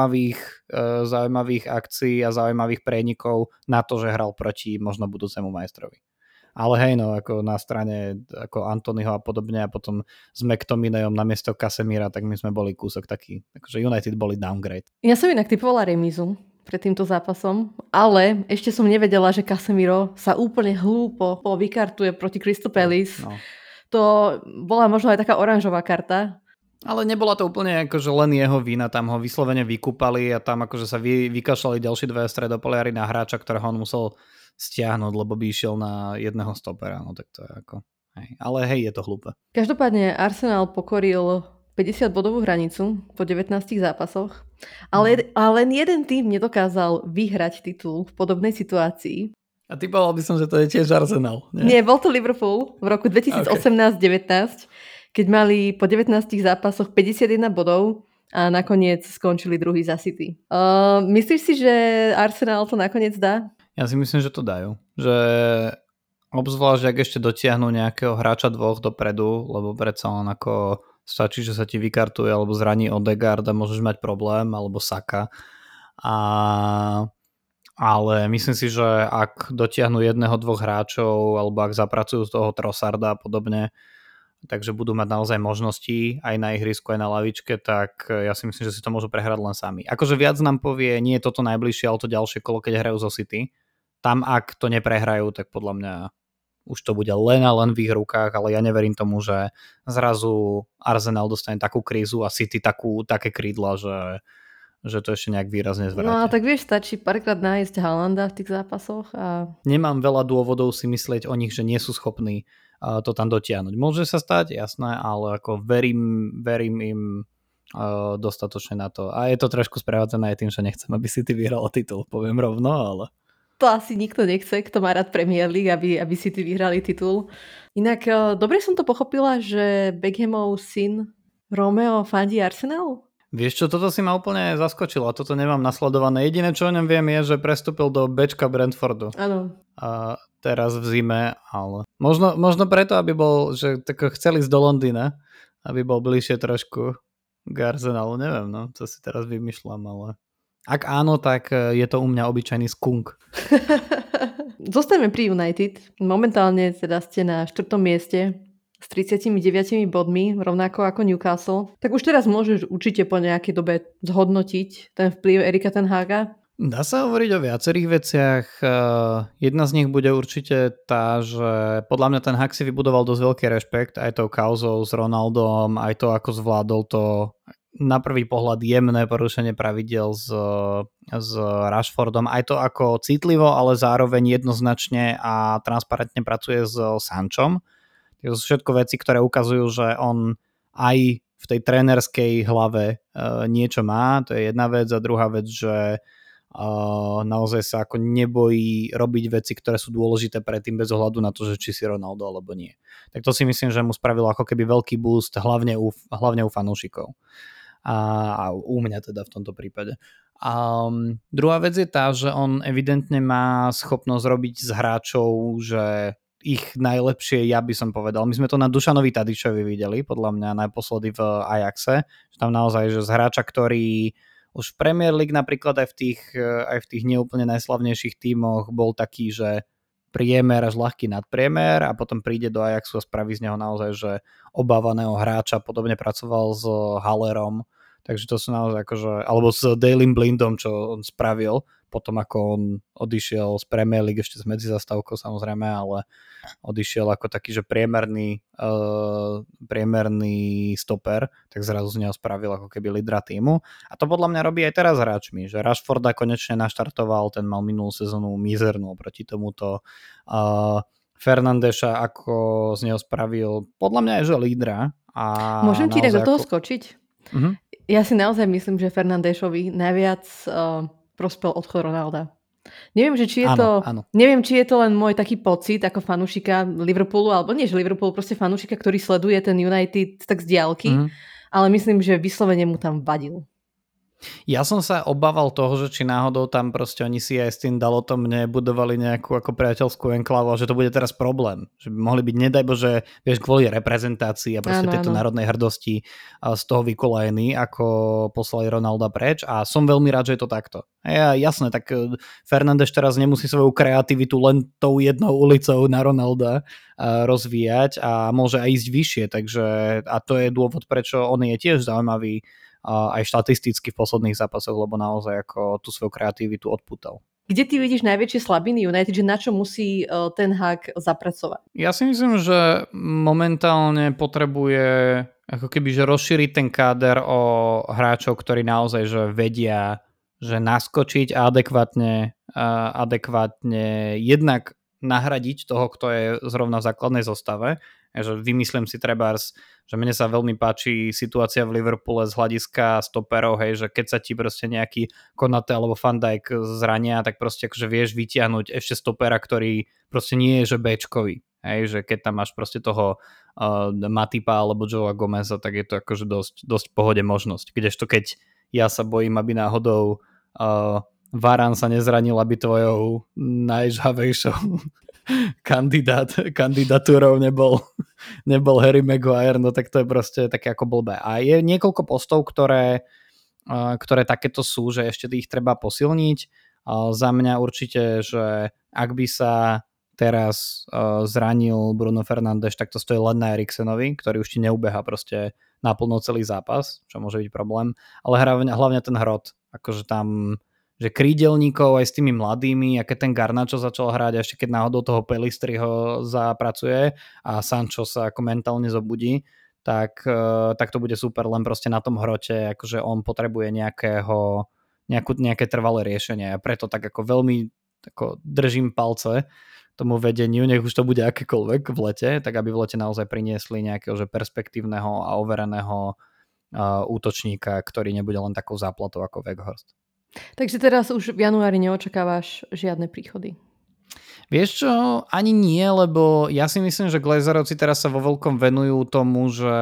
zaujímavých akcií a zaujímavých prenikov na to, že hral proti možno budúcemu majstrovi. Ale hej, no, ako na strane ako Anthonyho a podobne a potom s McTominayom namiesto Casemira, tak my sme boli kúsok taký, akože United boli downgrade. Ja som inak typovala remízu pred týmto zápasom, ale ešte som nevedela, že Casemiro sa úplne hlúpo vykartuje proti Crystal Palace. No. To bola možno aj taká oranžová karta. Ale nebola to úplne akože len jeho vina, tam ho vyslovene vykúpali a tam akože sa vykašľali ďalší dve stredopoliari na hráča, ktorého on musel stiahnuť, lebo by išiel na jedného stopera. No tak to je ako... Hej. Ale hej, je to hlúpe. Každopádne Arsenal pokoril 50-bodovú hranicu po 19 zápasoch, ale len jeden tým nedokázal vyhrať titul v podobnej situácii. A typoval by som, že to je tiež Arsenal. Nie, bol to Liverpool v roku 2018-19, keď mali po 19 zápasoch 51 bodov a nakoniec skončili druhý za City. Myslíš si, že Arsenal to nakoniec dá? Ja si myslím, že to dajú. Že obzvlášť, ak ešte dotiahnu nejakého hráča dvoch dopredu, lebo predsa len ako stačí, že sa ti vykartuje alebo zraní Odegaard a môžeš mať problém, alebo Saka. Ale myslím si, že ak dotiahnu jedného, dvoch hráčov alebo ak zapracujú z toho Trossarda a podobne, takže budú mať naozaj možnosti aj na ihrisku, aj na lavičke, tak ja si myslím, že si to môžu prehrať len sami. Akože viac nám povie, nie je toto najbližšie, ale to ďalšie kolo, keď hrajú zo City. Tam, ak to neprehrajú, tak podľa mňa už to bude len a len v ich rukách, ale ja neverím tomu, že zrazu Arsenal dostane takú krízu a City také krídla, že že to ešte nejak výrazne No a zvráti. tak vieš, stačí párkrát nájsť Haalanda v tých zápasoch a... Nemám veľa dôvodov si myslieť o nich, že nie sú schopní to tam dotiahnuť. Môže sa stať, jasné, ale ako verím im dostatočne na to. A je to trošku sprevádzané aj tým, že nechcem, aby City vyhralo titul, poviem rovno, ale... To asi nikto nechce, kto má rád Premier League, aby City vyhrali titul. Inak dobre som to pochopila, že Beckhamov syn Romeo fandí Arsenalu? Vieš čo, toto si ma úplne zaskočilo a toto nemám nasledované. Jediné, čo o ňom viem, je, že prestúpil do Bčka Brentfordu. Áno. A teraz v zime, ale možno preto, aby bol, že tak chceli ísť do Londýna, aby bol bližšie trošku k Arsenalu, neviem, no, co si teraz vymýšľam, ale ak áno, tak je to u mňa obyčajný skunk. Zostaneme pri United. Momentálne teda ste na 4. mieste s 39 bodmi, rovnako ako Newcastle. Tak už teraz môžeš určite po nejakej dobe zhodnotiť ten vplyv Erika ten Haga. Dá sa hovoriť o viacerých veciach. Jedna z nich bude určite tá, že podľa mňa ten Hag si vybudoval dosť veľký rešpekt aj tou kauzou s Ronaldom, aj to, ako zvládol to na prvý pohľad jemné porušenie pravidiel s Rashfordom, aj to, ako citlivo, ale zároveň jednoznačne a transparentne pracuje s Sanchom. To sú všetko veci, ktoré ukazujú, že on aj v tej trénerskej hlave niečo má, to je jedna vec, a druhá vec, že naozaj sa ako nebojí robiť veci, ktoré sú dôležité predtým bez ohľadu na to, že či si Ronaldo alebo nie. Tak to si myslím, že mu spravilo ako keby veľký boost, hlavne u fanúšikov. A u mňa teda v tomto prípade. Druhá vec je tá, že on evidentne má schopnosť robiť z hráčov, že ich najlepšie, ja by som povedal. My sme to na Dušanovi Tadičovi videli, podľa mňa naposledy v Ajaxe, že tam naozaj, že z hráča, ktorý už v Premier League napríklad aj v tých neúplne najslavnejších tímoch bol taký, že priemer až ľahký nadpriemer a potom príde do Ajaxu a spraví z neho naozaj, že obávaného hráča, podobne pracoval s Hallerom, takže to sú naozaj akože, alebo s Dalym Blindom, čo on spravil, potom ako on odišiel z Premier League ešte s medzizastávkou samozrejme, ale odišiel ako taký, že priemerný stoper, tak zrazu z neho spravil ako keby lídra týmu. A to podľa mňa robí aj teraz hráčmi, že Rashforda konečne naštartoval, ten mal minulú sezónu mizernú proti tomuto. Fernandeša ako z neho spravil, podľa mňa je, že lídra. Môžem ti tak do toho skočiť? Uh-huh. Ja si naozaj myslím, že Fernandešovi najviac prospel odchod Ronalda. Neviem, že či je neviem, či je to len môj taký pocit ako fanúšika Liverpoolu, alebo nie, že Liverpool, proste fanúšika, ktorý sleduje ten United tak z diaľky, ale myslím, že vyslovene mu tam vadil. Ja som sa obával toho, že či náhodou tam proste oni si aj s tým Dalotom nebudovali nejakú ako priateľskú enklávu, že to bude teraz problém. Že by mohli byť, nedaj Bože, vieš, kvôli reprezentácii a proste tejto národnej hrdosti z toho vykolajení, ako poslali Ronalda preč, a som veľmi rád, že je to takto. Jasné, tak Fernández teraz nemusí svoju kreativitu len tou jednou ulicou na Ronalda rozvíjať a môže aj ísť vyššie, takže a to je dôvod, prečo on je tiež zaujímavý aj štatisticky v posledných zápasoch, lebo naozaj ako tú svoju kreativitu odpútal. Kde ty vidíš najväčšie slabiny United, že na čo musí ten Hag zapracovať? Ja si myslím, že momentálne potrebuje ako keby, že rozšíriť ten káder o hráčov, ktorí naozaj že vedia, že naskočiť a adekvátne jednak nahradiť toho, kto je zrovna v základnej zostave. Že vymyslím si trebárs, že mne sa veľmi páči situácia v Liverpoole z hľadiska stoperov, hej, že keď sa ti proste nejaký Konate alebo Van Dijk zrania, tak proste akože vieš vytiahnuť ešte stopera, ktorý proste nie je že Bčkový. Hej, že keď tam máš proste toho Matipa alebo Joea Gomeza, tak je to akože dosť v pohode možnosť. Kdežto keď ja sa bojím, aby náhodou Varane sa nezranil, aby tvojou najžhavejšou kandidatúrou nebol Harry Maguire, no tak to je proste také ako blbé. A je niekoľko postov, ktoré takéto sú, že ešte ich treba posilniť. Za mňa určite, že ak by sa teraz zranil Bruno Fernandes, tak to stojí len na Eriksenovi, ktorý už ti neubeha proste naplno celý zápas, čo môže byť problém. Ale hlavne ten hrot, akože tam že krídelníkov aj s tými mladými, a keď ten Garnacho začal hrať, a ešte keď náhodou toho Pelistriho zapracuje a Sancho sa ako mentálne zobudí, tak to bude super, len proste na tom hrote, akože on potrebuje nejaké trvalé riešenie a preto tak ako veľmi ako držím palce tomu vedeniu, nech už to bude akékoľvek v lete, tak aby v lete naozaj priniesli nejakého že perspektívneho a overeného útočníka, ktorý nebude len takou záplatou ako Weghorst. Takže teraz už v januári neočakávaš žiadne príchody? Vieš čo, ani nie, lebo ja si myslím, že Glazerovci teraz sa vo veľkom venujú tomu, že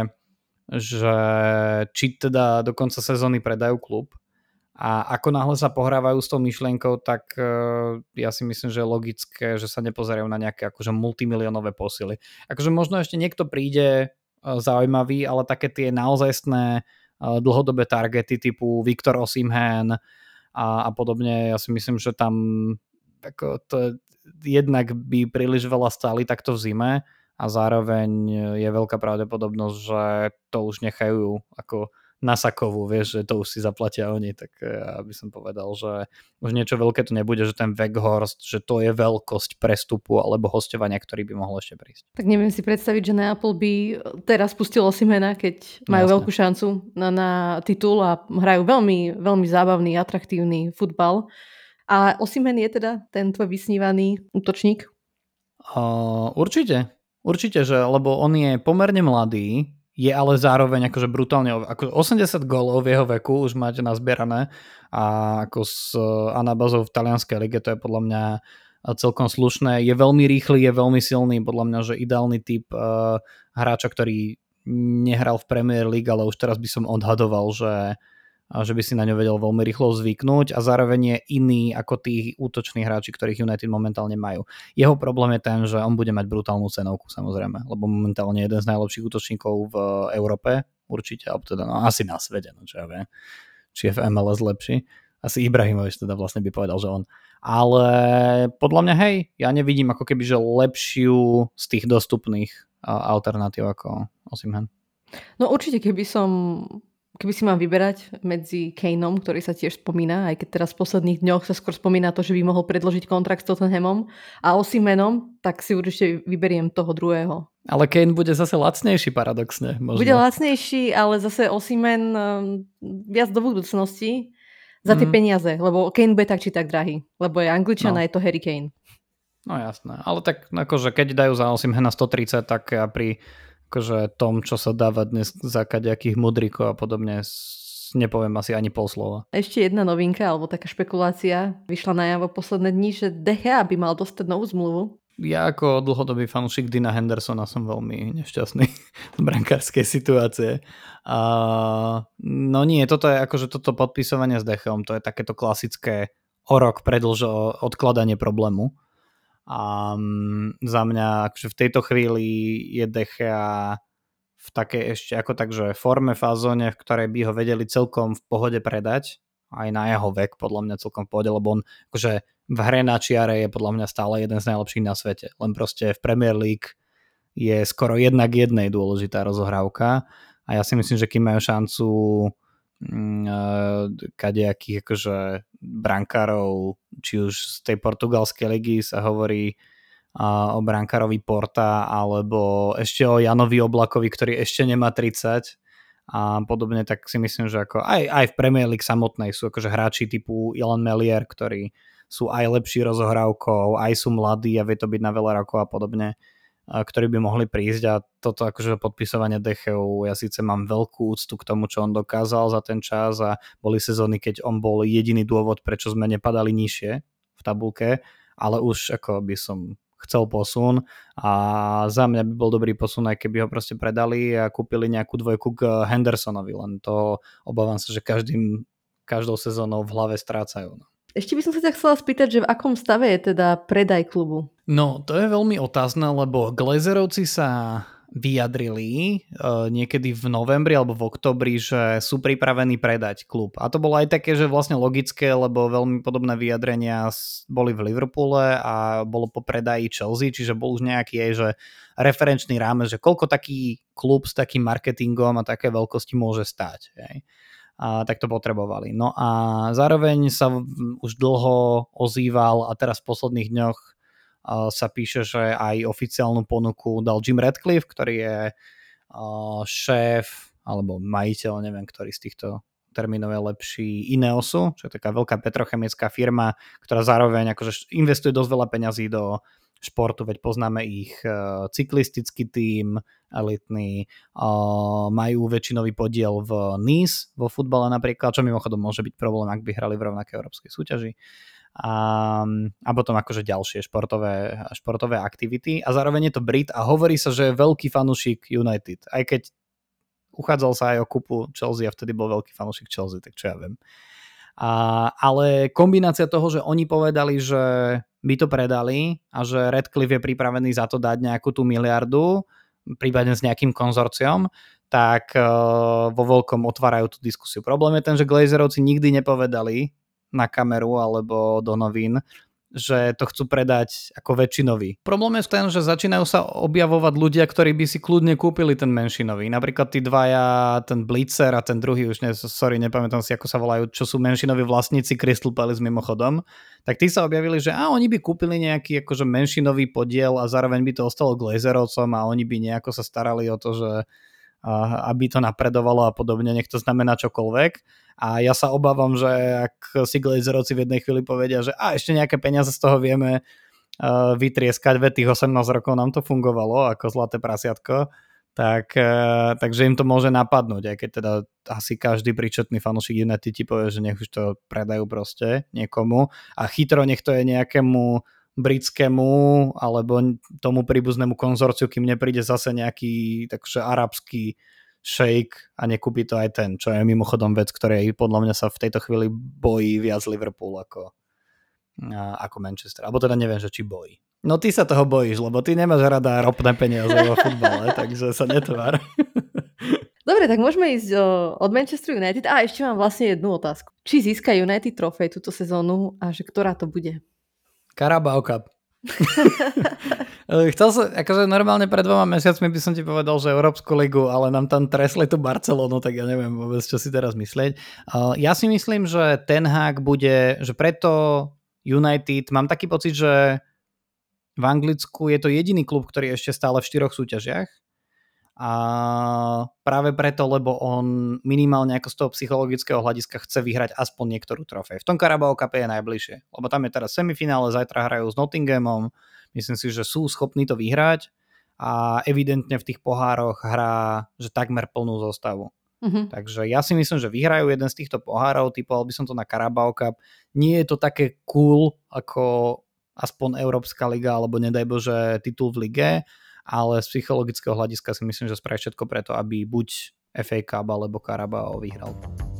či teda do konca sezóny predajú klub a ako náhle sa pohrávajú s tou myšlienkou, tak ja si myslím, že je logické, že sa nepozerajú na nejaké akože multimilionové posily. Akože možno ešte niekto príde zaujímavý, ale také tie naozajstné dlhodobé targety typu Viktor Osimhen a podobne, ja si myslím, že tam ako to jednak by príliš veľa stáli takto v zime a zároveň je veľká pravdepodobnosť, že to už nechajú ako na sakovú, vieš, že to už si zaplatia oni, tak ja by som povedal, že už niečo veľké to nebude, že ten Weghorst, že to je veľkosť prestupu alebo hosťovania, ktorý by mohol ešte prísť. Tak neviem si predstaviť, že Neapol by teraz pustil Osimhena, keď majú veľkú šancu na titul a hrajú veľmi, veľmi zábavný, atraktívny futbal. A Osimhen je teda ten tvoj vysnívaný útočník? Určite, že lebo on je pomerne mladý, je ale zároveň akože brutálne, ako 80 gólov v jeho veku už máte nazbierané a ako s anabázou v talianskej lige, to je podľa mňa celkom slušné. Je veľmi rýchly, je veľmi silný, podľa mňa, že ideálny typ hráča, ktorý nehral v Premier League, ale už teraz by som odhadoval, že by si na ňo vedel veľmi rýchlo zvyknúť a zároveň je iný ako tí útoční hráči, ktorých United momentálne majú. Jeho problém je ten, že on bude mať brutálnu cenovku samozrejme, lebo momentálne je jeden z najlepších útočníkov v Európe, určite, alebo teda asi na svete, čo ja viem, či je v MLS lepší. Asi Ibrahimovič teda vlastne by povedal, že on. Ale podľa mňa, hej, ja nevidím ako keby, že lepšiu z tých dostupných alternatív ako Osimhen. No určite, keby si mám vyberať medzi Kaneom, ktorý sa tiež spomína, aj keď teraz v posledných dňoch sa skôr spomína to, že by mohol predložiť kontrakt s Tottenhamom a Osimhenom, tak si určite vyberiem toho druhého. Ale Kane bude zase lacnejší paradoxne. Možno. Bude lacnejší, ale zase Osimhen viac do budúcnosti za tie peniaze, lebo Kane bude tak či tak drahý, lebo je Angličan a je to Harry Kane. No jasné, ale tak akože keď dajú za Osimhena 130, tak ja pri akože tom, čo sa dáva dnes za kadejakých mudríkov a podobne, nepoviem asi ani pol slova. Ešte jedna novinka, alebo taká špekulácia vyšla najavo posledné dni, že De Gea by mal dostať novú zmluvu. Ja ako dlhodobý fanúšik Dina Hendersona som veľmi nešťastný z brankárskej situácie. No nie, toto je akože toto podpisovanie s De Geom, to je takéto klasické o rok predĺž odkladanie problému. A za mňa akože v tejto chvíli je De Gea v takej ešte ako takže forme, fazóne, v ktorej by ho vedeli celkom v pohode predať, aj na jeho vek podľa mňa celkom v pohode, lebo on akože v hre na čiare je podľa mňa stále jeden z najlepších na svete, len proste v Premier League je skoro 1:1 dôležitá rozohrávka a ja si myslím, že kým majú šancu kadejakých akože brankárov, či už z tej portugalskej ligy sa hovorí o brankárovi Porta, alebo ešte o Janovi Oblakovi, ktorý ešte nemá 30 a podobne, tak si myslím, že ako aj v Premier League samotnej sú akože hráči typu Ilan Melier, ktorí sú aj lepší rozohrávkou, aj sú mladí a vie to byť na veľa rokov a podobne, ktorí by mohli prísť a toto akože podpisovanie De Geu, ja síce mám veľkú úctu k tomu, čo on dokázal za ten čas a boli sezóny, keď on bol jediný dôvod, prečo sme nepadali nižšie v tabulke, ale už ako by som chcel posun a za mňa by bol dobrý posun, aj keby ho proste predali a kúpili nejakú dvojku k Hendersonovi, len to obávam sa, že každou sezónou v hlave strácajú. Ešte by som sa ťa chcela spýtať, že v akom stave je teda predaj klubu? No, to je veľmi otázne, lebo Glazerovci sa vyjadrili niekedy v novembri alebo v oktobri, že sú pripravení predať klub. A to bolo aj také, že vlastne logické, lebo veľmi podobné vyjadrenia boli v Liverpoole a bolo po predaji Chelsea, čiže bol už nejaký že referenčný rámec, že koľko taký klub s takým marketingom a také veľkosti môže stáť. A tak to potrebovali. No a zároveň sa už dlho ozýval a teraz v posledných dňoch sa píše, že aj oficiálnu ponuku dal Jim Ratcliffe, ktorý je šéf alebo majiteľ, neviem, ktorý z týchto termínov je lepší, Ineosu, čo je taká veľká petrochemická firma, ktorá zároveň akože investuje dosť veľa peňazí do športu, veď poznáme ich cyklistický tím elitný, majú väčšinový podiel v Nice, vo futbale napríklad, čo mimochodom môže byť problém, ak by hrali v rovnakej európskej súťaži. A potom akože ďalšie športové aktivity a zároveň je to Brit a hovorí sa, že je veľký fanúšik United, aj keď uchádzal sa aj o kupu Chelsea a vtedy bol veľký fanúšik Chelsea, tak čo ja viem. Ale kombinácia toho, že oni povedali, že by to predali a že Redcliffe je pripravený za to dať nejakú tú miliardu, prípadne s nejakým konzorciom, tak vo veľkom otvárajú tú diskusiu. Problém je ten, že Glazerovci nikdy nepovedali na kameru alebo do novín, že to chcú predať ako väčšinový. Problém je ten, že začínajú sa objavovať ľudia, ktorí by si kľudne kúpili ten menšinový. Napríklad tí dvaja, ten Blitzer a ten druhý, už nepamätám si, ako sa volajú, čo sú menšinoví vlastníci Crystal Palace mimochodom, tak tí sa objavili, že oni by kúpili nejaký akože menšinový podiel a zároveň by to ostalo Glazerovcom a oni by nejako sa starali o to, že aby to napredovalo a podobne, nech to znamená čokoľvek. A ja sa obávam, že ak si Glazerovci v jednej chvíli povedia, že ešte nejaké peniaze z toho vieme vytrieskať, veď tých 18 rokov nám to fungovalo ako zlaté prasiatko, takže im to môže napadnúť, aj keď teda asi každý príčetný fanúšik United ti povie, že nech už to predajú proste niekomu a chytro nech to je nejakému britskému alebo tomu príbuznému konzorciu, kým nepríde zase nejaký takže arabský šejk a nekúpi to aj ten, čo je mimochodom vec, ktorej podľa mňa sa v tejto chvíli bojí viac Liverpool ako Manchester. Alebo teda neviem, že či bojí. No ty sa toho bojíš, lebo ty nemáš rada ropné peniaze vo futbale, takže sa netvár. Dobre, tak môžeme ísť od Manchester United. A ešte mám vlastne jednu otázku. Či získa United trofej túto sezónu a že ktorá to bude? Carabao Cup. Chcel som, akože normálne pred 2 mesiacmi by som ti povedal, že Európsku ligu, ale nám tam tresli tú Barcelonu, tak ja neviem vôbec, čo si teraz myslieť. Ja si myslím, že Ten Hag bude, že preto United, mám taký pocit, že v Anglicku je to jediný klub, ktorý je ešte stále v 4 súťažiach. A práve preto, lebo on minimálne ako z toho psychologického hľadiska chce vyhrať aspoň niektorú trofej. V tom Carabao Cup je najbližšie, lebo tam je teraz semifinále, zajtra hrajú s Nottinghamom, myslím si, že sú schopní to vyhrať a evidentne v tých pohároch hrá, že takmer plnú zostavu. Takže ja si myslím, že vyhrajú jeden z týchto pohárov, typoval by som to na Carabao Cup. Nie je to také cool ako aspoň Európska liga alebo nedaj Bože titul v lige, ale z psychologického hľadiska si myslím, že spraví všetko preto, aby buď FA Cup alebo Carabao vyhral.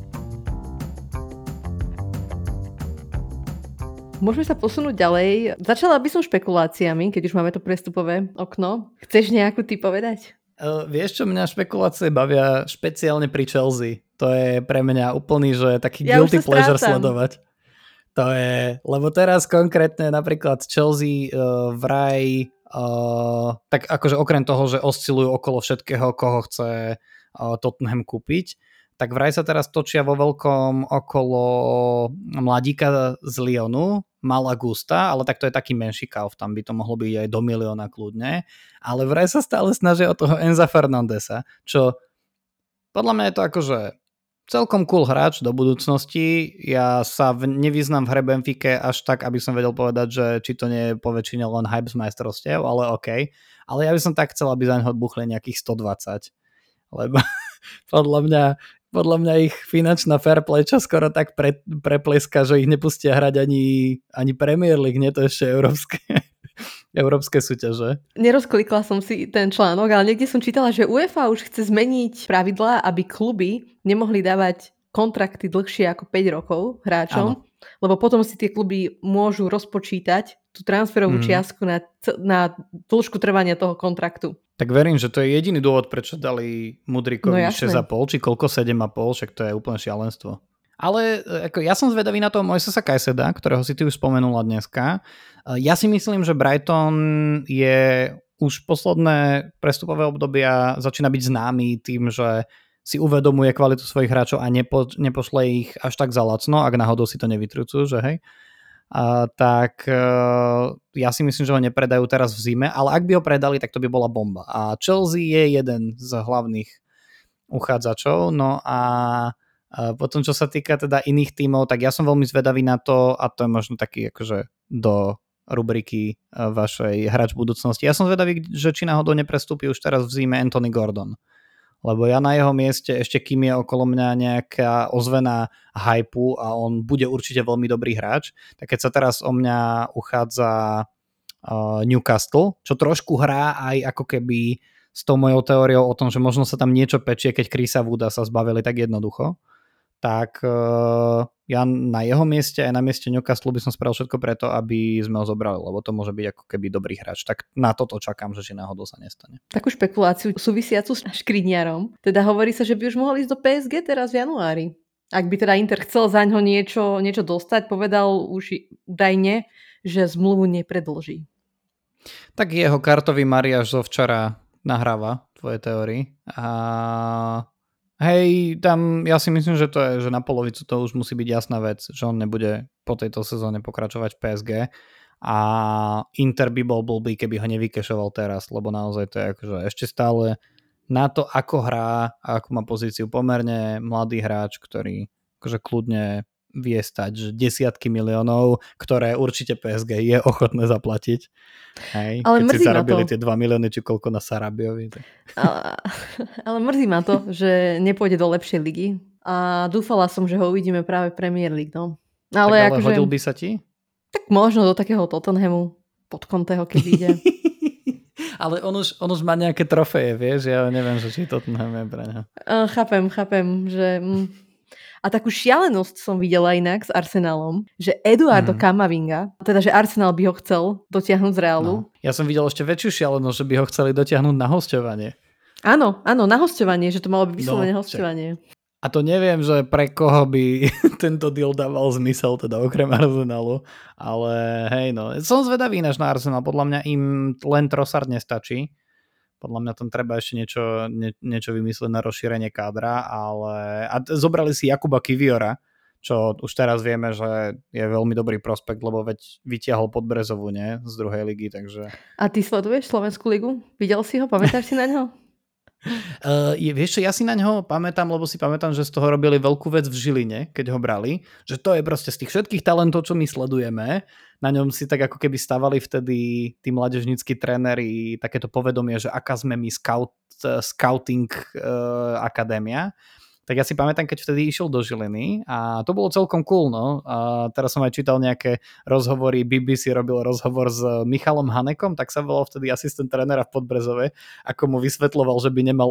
Môžeme sa posunúť ďalej. Začala by som špekuláciami, keď už máme to prestupové okno. Chceš nejakú ty povedať? Vieš čo, mňa špekulácie bavia špeciálne pri Chelsea. To je pre mňa úplný, že taký guilty pleasure sledovať. To je, lebo teraz konkrétne napríklad Chelsea vraj tak akože okrem toho, že oscilujú okolo všetkého, koho chce Tottenham kúpiť, tak vraj sa teraz točia vo veľkom okolo mladíka z Lyonu, Malagusta, ale tak to je taký menší kauf, tam by to mohlo byť aj do 1 milióna kľudne, ale vraj sa stále snažia o toho Enza Fernandesa, čo podľa mňa je to akože celkom cool hráč do budúcnosti. Ja sa nevyznám v hre Benfique až tak, aby som vedel povedať, že či to nie je po väčšine len hype z majstrovstiev, ale OK. Ale ja by som tak chcel, aby za neho buchli nejakých 120. Lebo podľa mňa ich finančná fair play čo skoro tak prepleska, že ich nepustia hrať ani Premier League, nie to ešte európske súťaže. Nerozklikla som si ten článok, ale niekde som čítala, že UEFA už chce zmeniť pravidlá, aby kluby nemohli dávať kontrakty dlhšie ako 5 rokov hráčom, lebo potom si tie kluby môžu rozpočítať tú transferovú čiastku na dĺžku trvania toho kontraktu. Tak verím, že to je jediný dôvod, prečo dali Mudrykovi 6,5, či koľko 7,5, však to je úplne šialenstvo. Ale ako ja som zvedavý na toho Moisesa Cajseda, ktorého si ty už spomenula dneska. Ja si myslím, že Brighton je už posledné prestupové obdobia začína byť známy tým, že si uvedomuje kvalitu svojich hráčov a nepošle ich až tak za lacno, ak náhodou si to nevytrucujú, že hej. tak ja si myslím, že ho nepredajú teraz v zime, ale ak by ho predali, tak to by bola bomba. A Chelsea je jeden z hlavných uchádzačov, no a potom, čo sa týka teda iných tímov, tak ja som veľmi zvedavý na to, a to je možno taký akože do rubriky vašej hráč budúcnosti. Ja som zvedavý, že či náhodou neprestúpi už teraz v zime Anthony Gordon. Lebo ja na jeho mieste, ešte kým je okolo mňa nejaká ozvená hypu a on bude určite veľmi dobrý hráč, tak keď sa teraz o mňa uchádza Newcastle, čo trošku hrá aj ako keby s tou mojou teóriou o tom, že možno sa tam niečo pečie, keď Chrisa Wooda sa zbavili tak jednoducho, tak ja na jeho mieste aj na mieste Newcastle by som spravil všetko preto, aby sme ho zobrali, lebo to môže byť ako keby dobrý hráč. Tak na toto čakám, že či náhodou sa nestane. Takú špekuláciu súvisiacu s Škriniarom. Teda hovorí sa, že by už mohol ísť do PSG teraz v januári. Ak by teda Inter chcel zaňho niečo dostať, povedal už údajne, že zmluvu nepredĺží. Tak jeho kartový mariáš zo včera nahráva tvoje teórii. A hej, tam ja si myslím, že to je, že na polovicu to už musí byť jasná vec, že on nebude po tejto sezóne pokračovať v PSG a Inter by bol blbý, keby ho nevykešoval teraz, lebo naozaj to je akože ešte stále na to, ako hrá a akú má pozíciu, pomerne mladý hráč, ktorý akože kľudne vie stať, že desiatky miliónov, ktoré určite PSG je ochotné zaplatiť. Hej, ale keď si zarobili to. tie 2 milióny či koľko na Sarabiovi. Tak. Ale mrzí ma to, že nepôjde do lepšej ligy a dúfala som, že ho uvidíme práve v Premier League. No. Ale akože, hodil by sa ti? Tak možno do takého Tottenhamu pod Conteho, keď ide. Ale on už má nejaké trofeje, vieš? Ja neviem, že či Tottenham je pre neho. Chápem, že... A takú šialenosť som videla inak s Arsenálom, že Eduardo Camavinga, teda že Arsenal by ho chcel dotiahnuť z Realu. No. Ja som videl ešte väčšiu šialenosť, že by ho chceli dotiahnuť na hosťovanie. Áno, na hosťovanie, že to malo byť vyslovene hosťovanie. A to neviem, že pre koho by tento deal dával zmysel, teda okrem Arsenalu, ale hej no. Som zvedavý ináč na Arsenal, podľa mňa im len Trossard nestačí. Podľa mňa tam treba ešte niečo vymyslieť na rozšírenie kádra, ale a zobrali si Jakuba Kiviora, čo už teraz vieme, že je veľmi dobrý prospekt, lebo veď vytiahol Podbrezovu, nie? Z druhej ligy, takže... A ty sleduješ Slovenskú ligu? Videl si ho? Pamätáš si na ňo? Vieš čo, ja si na ňo pamätám, lebo si pamätám, že z toho robili veľkú vec v Žiline, keď ho brali, že to je proste z tých všetkých talentov, čo my sledujeme, na ňom si tak ako keby stavali vtedy tí mládežnícki tréneri takéto povedomie, že aká sme my scouting akadémia. Tak ja si pamätám, keď vtedy išiel do Žiliny a to bolo celkom cool, no. A teraz som aj čítal nejaké rozhovory, BBC robil rozhovor s Michalom Hanekom, tak sa volal vtedy asistent trénera v Podbrezove, ako mu vysvetľoval, že by nemal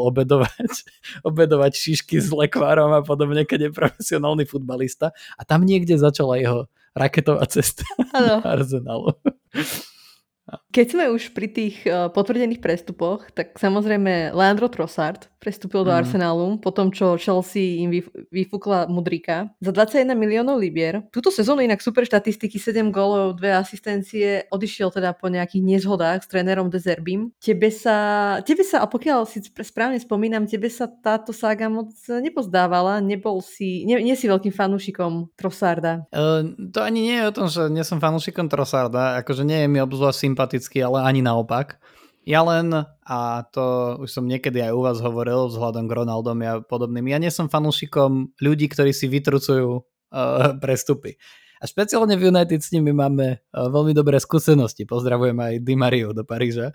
obedovať šišky s lekvárom a podobne, keď je profesionálny futbalista. A tam niekde začala jeho raketová cesta do Arsenalu. Keď sme už pri tých potvrdených prestupoch, tak samozrejme Leandro Trossard prestúpil do Arsenalu po tom, čo Chelsea im vyfúkla Mudrika za 21 miliónov libier. Túto sezónu inak super štatistiky, 7 gólov, 2 asistencie, odišiel teda po nejakých nezhodách s trénerom De Zerbim. Tebe sa, a pokiaľ si správne spomínam, tebe sa táto sága moc nepozdávala, nie si veľkým fanúšikom Trossarda. To ani nie je o tom, že nie som fanúšikom Trossarda, akože nie je mi obzvlášť sympatický, ale ani naopak. Ja len, a to už som niekedy aj u vás hovoril vzhľadom k Ronaldom a podobným, ja nie som fanúšikom ľudí, ktorí si vytrucujú prestupy. A špeciálne v United s nimi máme veľmi dobré skúsenosti. Pozdravujem aj Di Mariu do Paríža.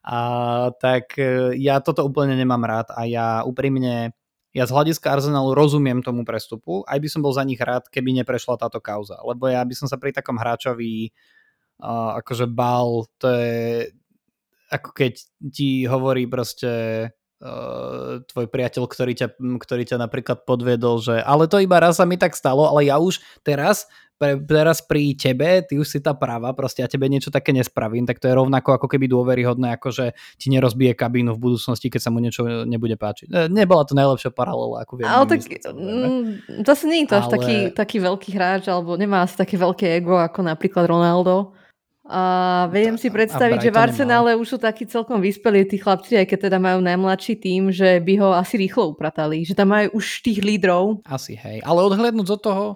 Tak ja toto úplne nemám rád a ja úprimne, ja z hľadiska Arsenalu rozumiem tomu prestupu, aj by som bol za nich rád, keby neprešla táto kauza. Lebo ja by som sa pri takom hráčovi akože bál, to je ako keď ti hovorí proste tvoj priateľ, ktorý ťa napríklad podviedol, že ale to iba raz sa mi tak stalo, ale ja už teraz pri tebe, ty už si tá práva, proste ja tebe niečo také nespravím, tak to je rovnako ako keby dôveryhodné, ako že ti nerozbije kabínu v budúcnosti, keď sa mu niečo nebude páčiť. Nebola to najlepšia paralela, ako viem. Ale tak zase nie je to až taký veľký hráč, alebo nemá asi také veľké ego ako napríklad Ronaldo. A viem si A predstaviť, že v Brighton Arsenále už sú takí celkom vyspelí tí chlapci, aj keď teda majú najmladší tým, že by ho asi rýchlo upratali. Že tam majú už tých lídrov. Asi, hej. Ale odhľadnúť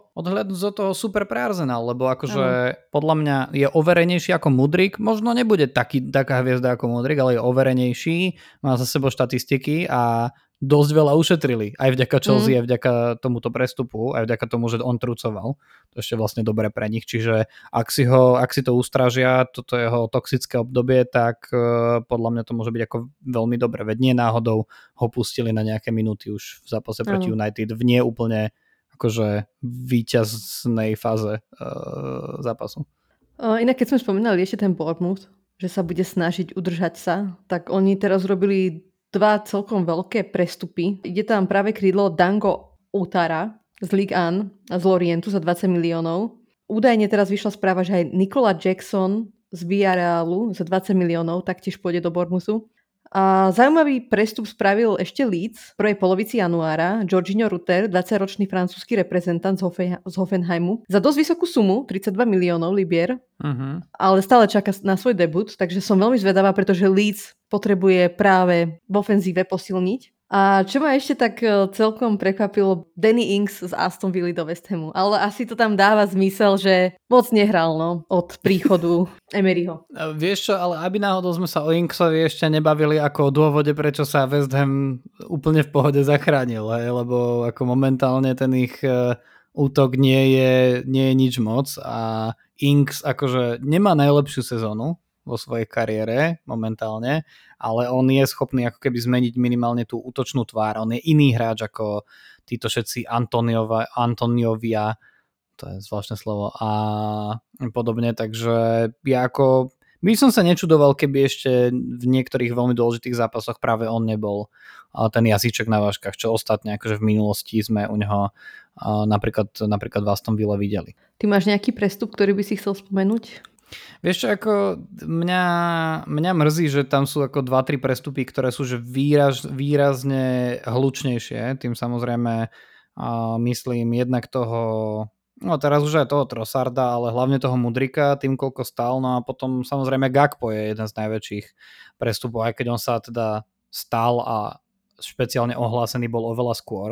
od toho super pre Arsenal, lebo akože podľa mňa je overenejší ako Mudryk. Možno nebude taká hviezda ako Mudryk, ale je overenejší. Má za sebou štatistiky a dosť veľa ušetrili. Aj vďaka Chelsea, aj vďaka tomuto prestupu, aj vďaka tomu, že on trucoval. To ešte vlastne dobre pre nich. Čiže ak si to ustražia, toto jeho toxické obdobie, tak podľa mňa to môže byť ako veľmi dobre. Veď nie náhodou ho pustili na nejaké minúty už v zápase proti United v nie úplne akože víťaznej fáze zápasu. Inak keď sme spomínali ešte ten Bournemouth, že sa bude snažiť udržať sa, tak oni teraz robili 2 celkom veľké prestupy. Ide tam práve krídlo Dango Outara z Ligue 1 a z Lorientu za 20 miliónov. Údajne teraz vyšla správa, že aj Nicola Jackson z Villarealu za 20 miliónov taktiež pôjde do Bournemouthu. A zaujímavý prestup spravil ešte Leeds v prvej polovici januára. Jorginho Rutter, 20-ročný francúzsky reprezentant z Hoffenheimu, za dosť vysokú sumu, 32 miliónov libier, ale stále čaká na svoj debut, takže som veľmi zvedavá, pretože Leeds potrebuje práve v ofenzíve posilniť. A čo ma ešte tak celkom prekvapilo, Danny Ings z Aston Villa do West Hamu. Ale asi to tam dáva zmysel, že moc nehral od príchodu Emeryho. Vieš čo, ale aby náhodou sme sa o Inksovi ešte nebavili ako o dôvode, prečo sa West Ham úplne v pohode zachránil, lebo ako momentálne ten ich útok nie je nič moc a Inks akože nemá najlepšiu sezónu vo svojej kariére momentálne, ale on je schopný ako keby zmeniť minimálne tú útočnú tvár. On je iný hráč ako títo všetci Antoniovia, to je zvláštne slovo, a podobne, takže ja ako by som sa nečudoval, keby ešte v niektorých veľmi dôležitých zápasoch práve on nebol ten jazyček na vážkach, čo ostatne akože v minulosti sme u neho napríklad v Aston Ville videli. Ty máš nejaký prestup, ktorý by si chcel spomenúť? Vieš čo, ako mňa mrzí, že tam sú ako 2-3 prestupy, ktoré sú že výrazne hlučnejšie. Tým samozrejme myslím jednak toho, no teraz už aj toho Trossarda, ale hlavne toho Mudryka, tým koľko stál. No a potom samozrejme Gakpo je jeden z najväčších prestupov, aj keď on sa teda stal a špeciálne ohlásený bol oveľa skôr,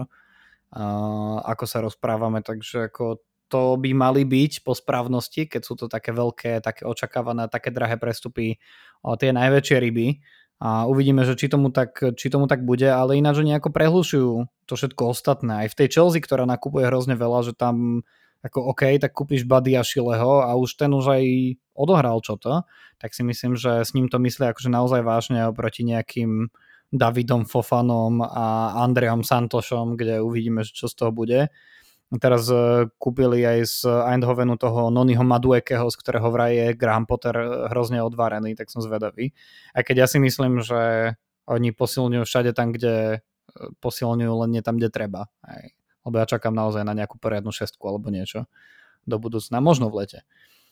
ako sa rozprávame, takže ako to by mali byť po správnosti, keď sú to také veľké, také očakávané, také drahé prestupy, tie najväčšie ryby. A uvidíme, že či tomu tak bude, ale ináč oni ako prehlušujú to všetko ostatné. Aj v tej Chelsea, ktorá nakupuje hrozne veľa, že tam ako OK, tak kúpiš Bady a Šileho a už ten už aj odohral čo to, tak si myslím, že s ním to myslia akože naozaj vážne oproti nejakým Davidom Fofanom a Andreom Santošom, kde uvidíme, čo z toho bude. Teraz kúpili aj z Eindhovenu toho Noniho Maduekeho, z ktorého vraj je Graham Potter hrozne odvarený, tak som zvedavý. A keď ja si myslím, že oni posilňujú všade tam, kde posilňujú, len nie tam, kde treba. Aj. Lebo ja čakám naozaj na nejakú poriadnu šestku alebo niečo do budúcna, možno v lete.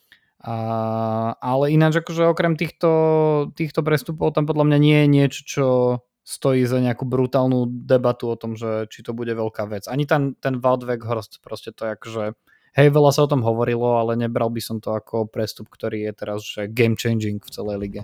Ale ináč akože okrem týchto prestupov tam podľa mňa nie je niečo, čo stojí za nejakú brutálnu debatu o tom, že či to bude veľká vec. Ani ten Wout Weghorst, proste to je akože, hej, veľa sa o tom hovorilo, ale nebral by som to ako prestup, ktorý je teraz že game changing v celej lige.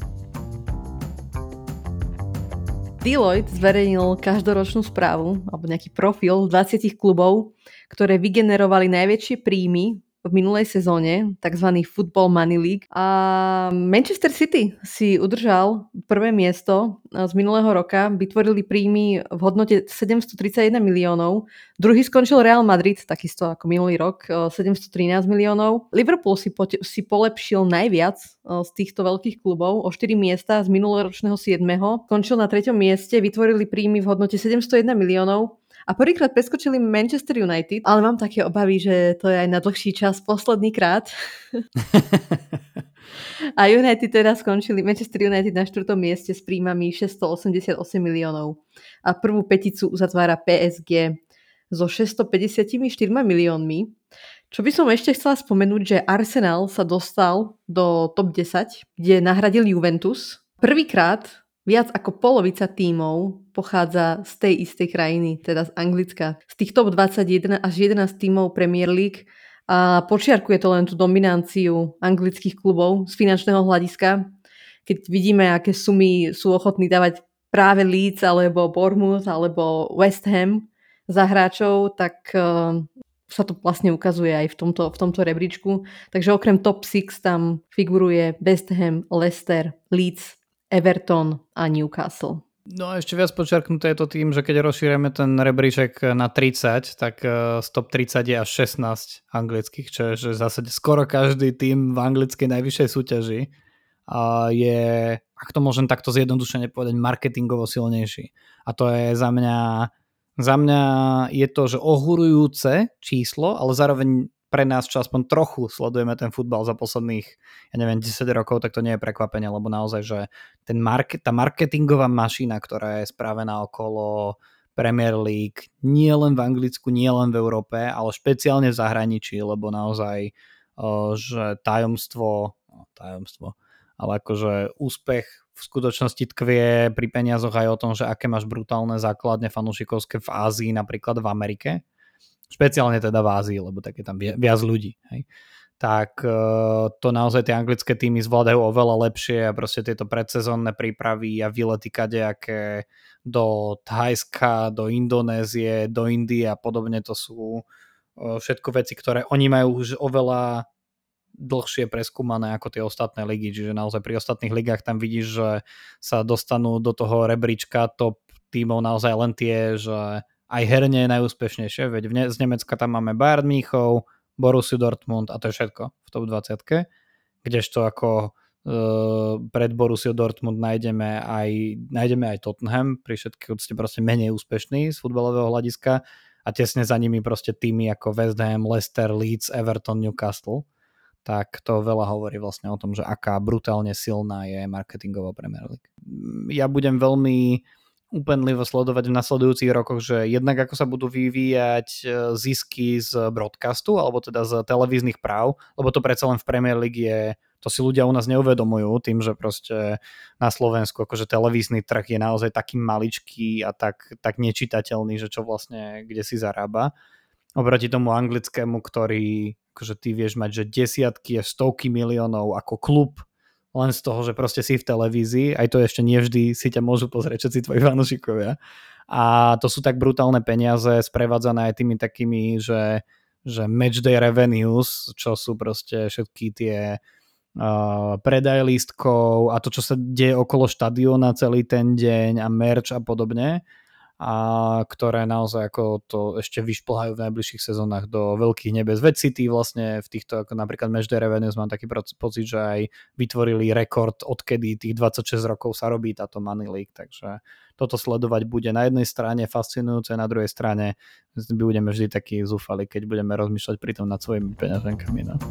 Deloitte zverejnil každoročnú správu, alebo nejaký profil 20 klubov, ktoré vygenerovali najväčšie príjmy v minulej sezóne, tzv. Football Money League. A Manchester City si udržal prvé miesto z minulého roka, vytvorili príjmy v hodnote 731 miliónov. Druhý skončil Real Madrid, takisto ako minulý rok, 713 miliónov. Liverpool si polepšil najviac z týchto veľkých klubov, o 4 miesta z minuloročného 7. Skončil na 3. mieste, vytvorili príjmy v hodnote 701 miliónov. A prvýkrát preskočili Manchester United, ale mám také obavy, že to je aj na dlhší čas posledný krát. A United teda skončili, Manchester United na 4. mieste s príjmami 688 miliónov. A prvú peticu uzatvára PSG so 654 miliónmi. Čo by som ešte chcela spomenúť, že Arsenal sa dostal do top 10, kde nahradil Juventus. Prvýkrát viac ako polovica tímov pochádza z tej istej krajiny, teda z Anglicka. Z tých top 21 až 11 tímov Premier League a počiarkuje to len tú dominanciu anglických klubov z finančného hľadiska. Keď vidíme, aké sumy sú ochotní dávať práve Leeds alebo Bournemouth alebo West Ham za hráčov, tak sa to vlastne ukazuje aj v tomto rebríčku. Takže okrem top 6 tam figuruje West Ham, Leicester, Leeds, Everton a Newcastle. No a ešte viac počerknuté je to tým, že keď rozšírime ten rebríček na 30, tak z top 30 je až 16 anglických, čo je že v zásade skoro každý tým v anglickej najvyššej súťaži a je, ak to môžem takto zjednodušene povedať, marketingovo silnejší. A to je za mňa je to, že ohurujúce číslo, ale zároveň pre nás, čo aspoň trochu sledujeme ten futbal za posledných, 10 rokov, tak to nie je prekvapenie, lebo naozaj, že tá marketingová mašina, ktorá je spravená okolo Premier League, nie len v Anglicku, nie len v Európe, ale špeciálne v zahraničí, lebo naozaj, že tajomstvo, ale akože úspech v skutočnosti tkvie pri peniazoch aj o tom, že aké máš brutálne základne fanúšikovské v Ázii, napríklad v Amerike, špeciálne teda v Ázii, lebo tak je tam viac ľudí, hej. Tak to naozaj tie anglické týmy zvládajú oveľa lepšie a proste tieto predsezónne prípravy a výlety kadejaké do Thajska, do Indonézie, do Indie a podobne, to sú všetko veci, ktoré oni majú už oveľa dlhšie preskúmané ako tie ostatné ligy, čiže naozaj pri ostatných ligách tam vidíš, že sa dostanú do toho rebríčka top tímov naozaj len tie, že aj herne je najúspešnejšie, veď z Nemecka tam máme Bayern Mníchov, Borussia Dortmund a to je všetko v top 20, kdežto ako pred Borussia Dortmund nájdeme aj Tottenham, pri všetkých úcte proste menej úspešný z futbalového hľadiska a tesne za nimi proste týmy ako West Ham, Leicester, Leeds, Everton, Newcastle. Tak to veľa hovorí vlastne o tom, že aká brutálne silná je marketingová Premier League. Ja budem veľmi úpenlivo sledovať v nasledujúcich rokoch, že jednak ako sa budú vyvíjať zisky z broadcastu, alebo teda z televíznych práv, lebo to predsa len v Premier League je, to si ľudia u nás neuvedomujú, tým, že proste na Slovensku akože televízny trh je naozaj taký maličký a tak nečitateľný, že čo vlastne kde si zarába. Oproti tomu anglickému, ktorý akože ty vieš mať, že desiatky a stovky miliónov ako klub len z toho, že proste si v televízii, aj to ešte nie vždy si ťa môžu pozrieť všetci tvoji fanúšikovia. A to sú tak brutálne peniaze, sprevádzané aj tými takými, že matchday revenues, čo sú proste všetky tie predaj lístkov a to, čo sa deje okolo štadióna celý ten deň a merch a podobne, a ktoré naozaj ako to ešte vyšplhajú v najbližších sezónach do veľkých nebes. Veď City vlastne v týchto, ako napríklad matchday revenues, mám taký pocit, že aj vytvorili rekord, odkedy tých 26 rokov sa robí táto Money League, takže toto sledovať bude na jednej strane fascinujúce, na druhej strane budeme vždy takí zúfali, keď budeme rozmýšľať pritom nad svojimi peňaženkami. No.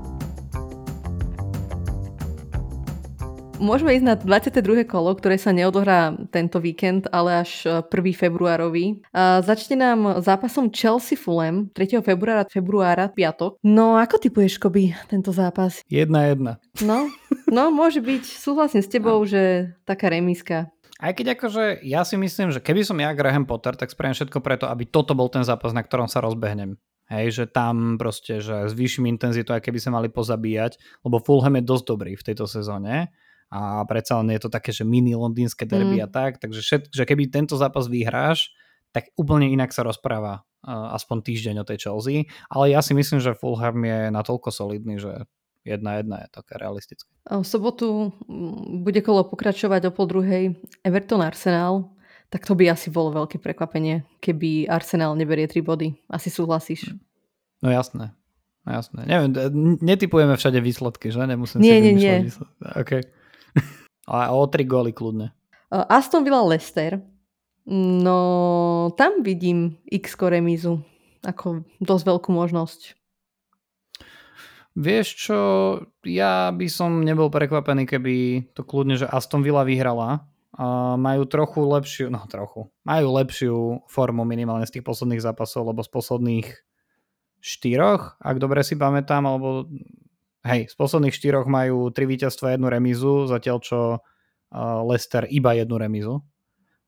Môžeme ísť na 22. kolo, ktoré sa neodohrá tento víkend, ale až 1. februárový. Začne nám zápasom Chelsea-Fulham 3. februára, piatok. No ako typuješ, Koby, tento zápas? 1-1. No, môže byť. Súhlasím s tebou, že taká remíska. Aj keď akože ja si myslím, že keby som ja Graham Potter, tak spravím všetko preto, aby toto bol ten zápas, na ktorom sa rozbehnem. Hej, že tam proste, že zvýšim intenzitu, aj keby sa mali pozabíjať, lebo Fulham je dosť dobrý v tejto sezóne. A predsa len je to také, že mini londýnske derby a tak, takže že keby tento zápas vyhráš, tak úplne inak sa rozpráva aspoň týždeň o tej Chelsea, ale ja si myslím, že Fulham je natoľko solidný, že 1-1 je také realistické. V sobotu bude kolo pokračovať o 12:30 Everton-Arsenal, tak to by asi bolo veľké prekvapenie, keby Arsenal neberie 3 body. Asi súhlasíš? No jasné. Neviem, netipujeme všade výsledky, že? Nemusím nie, si vymýšľať výsledky. Okay. A o 3 góly kľudne. Aston Villa Leicester. No, tam vidím X-ko remízu ako dosť veľkú možnosť. Vieš čo, ja by som nebol prekvapený, keby to kľudne, že Aston Villa vyhrala. Majú majú lepšiu formu minimálne z tých posledných zápasov, lebo z posledných 4, ak dobre si pamätám, alebo z posledných 4 majú 3 víťazstva a 1 remízu, zatiaľ čo Leicester iba 1 remízu.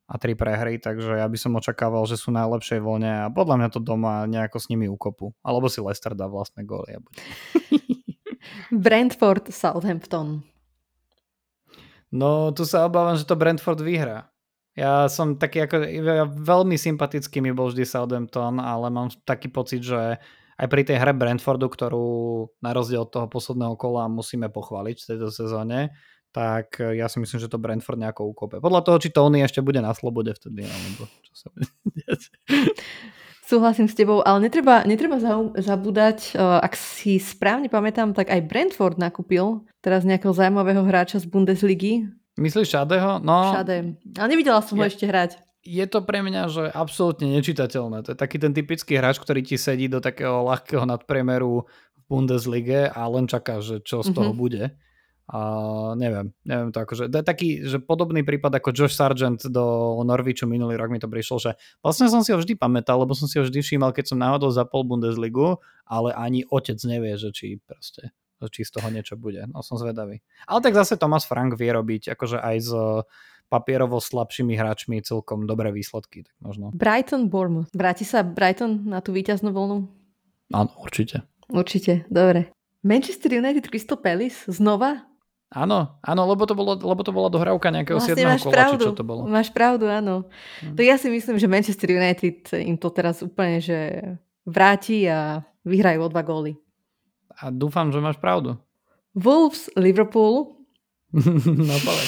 a 3 prehry, takže ja by som očakával, že sú na lepšej vlne a podľa mňa to doma nejako s nimi ukopú. Alebo si Leicester dá vlastné góly. Brentford, Southampton. No, tu sa obávam, že to Brentford vyhrá. Ja som taký veľmi sympatický mi bol vždy Southampton, ale mám taký pocit, že aj pri tej hre Brentfordu, ktorú na rozdiel od toho posledného kola musíme pochváliť v tejto sezóne, tak ja si myslím, že to Brentford nejako ukope. Podľa toho, či Tony ešte bude na slobode vtedy, alebo čo sa bude diať. Súhlasím s tebou, ale netreba zabúdať, ak si správne pamätám, tak aj Brentford nakúpil teraz nejakého zaujímavého hráča z Bundesligy. Myslíš Šadeho? No, Šade. Ale nevidela som ho ešte hrať. Je to pre mňa, že absolútne nečitateľné. To je taký ten typický hráč, ktorý ti sedí do takého ľahkého nadpriemeru v Bundeslige a len čaká, že čo z toho bude. A neviem to akože, to je taký, že podobný prípad ako Josh Sargent do Norwichu minulý rok mi to prišlo, že vlastne som si ho vždy pamätal, lebo som si ho vždy všímal, keď som náhodou zapol Bundesligu, ale ani otec nevie, že či z toho niečo bude. No som zvedavý. Ale tak zase Thomas Frank vie robiť akože aj s papierovo slabšími hráčmi celkom dobré výsledky, tak možno. Brighton, Bournemouth. Vráti sa Brighton na tú víťaznú voľnu? Áno, určite. Určite, dobre. Manchester United, Crystal Palace, znova? Áno, lebo to bola dohrávka nejakého vlastne 7. kola, či čo to bolo. Máš pravdu, áno. Tak ja si myslím, že Manchester United im to teraz úplne že vráti a vyhrajú o 2 góly. A dúfam, že máš pravdu. Wolves, Liverpool. No povedz.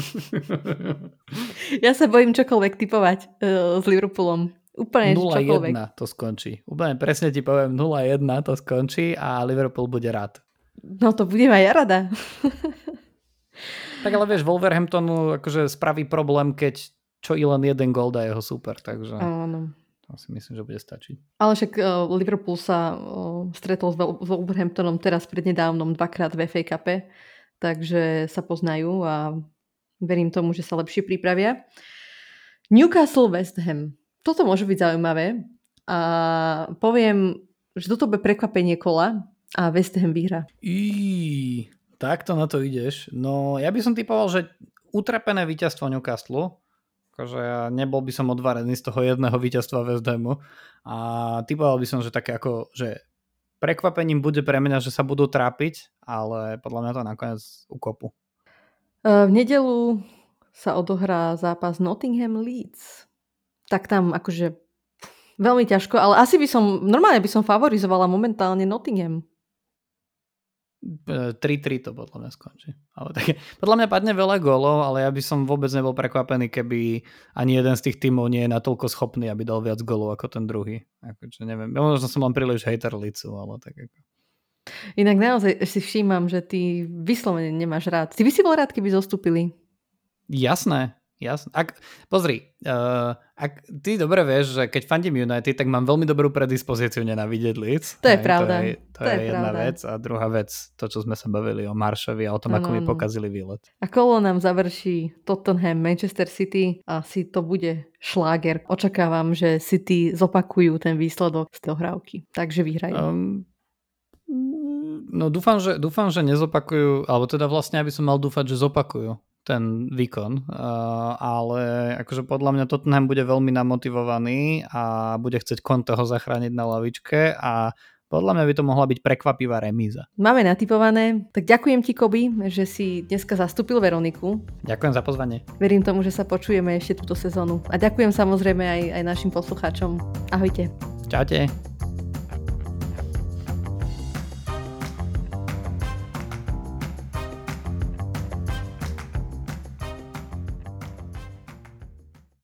Ja sa bojím čokoľvek typovať s Liverpoolom. Úplne 0-1 to skončí. Úplne presne ti poviem 0-1 to skončí a Liverpool bude rád. No to budem aj ja rada. Tak ale vieš, Wolverhamptonu akože spraví problém, keď čo i len jeden gól dá jeho super, takže áno. To si myslím, že bude stačiť. Ale však Liverpool sa stretol s Wolverhamptonom teraz prednedávnom 2-krát v FA Cupe, takže sa poznajú a verím tomu, že sa lepšie pripravia. Newcastle, West Ham. Toto môže byť zaujímavé a poviem, že toto bude prekvapenie kola a West Ham vyhrá. Takto na to ideš. No ja by som typoval, že utrapené víťazstvo Newcastle, akože ja nebol by som odvarený z toho jedného víťazstva West Hamu a typoval by som, že také ako, že prekvapením bude pre mňa, že sa budú trápiť, ale podľa mňa to nakoniec ukopu. V nedeľu sa odohrá zápas Nottingham Leeds. Tak tam akože veľmi ťažko, ale asi normálne by som favorizovala momentálne Nottingham. 3-3 to podľa mňa skončí. Ale tak, podľa mňa padne veľa gólov, ale ja by som vôbec nebol prekvapený, keby ani jeden z tých tímov nie je natoľko schopný, aby dal viac gólov ako ten druhý. Akože neviem, možno som len príliš hejter Leedsu, ale tak ako. Inak naozaj si všímam, že ty vyslovene nemáš rád. Ty by si bol rád, keby zostúpili? Jasné. Pozri, ak ty dobre vieš, že keď fandím United, tak mám veľmi dobrú predispozíciu nenávidieť Leeds. To je pravda. To je jedna vec. A druhá vec, to, čo sme sa bavili o Marshovi a o tom, ako mi pokazili výlet. A kolo nám završí Tottenham, Manchester City a si to bude šláger. Očakávam, že City zopakujú ten výsledok z dohrávky. Takže vyhrajú. No dúfam, že nezopakujú, alebo teda vlastne, aby som mal dúfať, že zopakujú ten výkon, ale akože podľa mňa Tottenham bude veľmi namotivovaný a bude chcieť Conteho zachrániť na lavičke a podľa mňa by to mohla byť prekvapivá remíza. Máme natipované, tak ďakujem ti, Kobi, že si dneska zastúpil Veroniku. Ďakujem za pozvanie. Verím tomu, že sa počujeme ešte túto sezónu a ďakujem samozrejme aj našim poslucháčom. Ahojte. Čaute.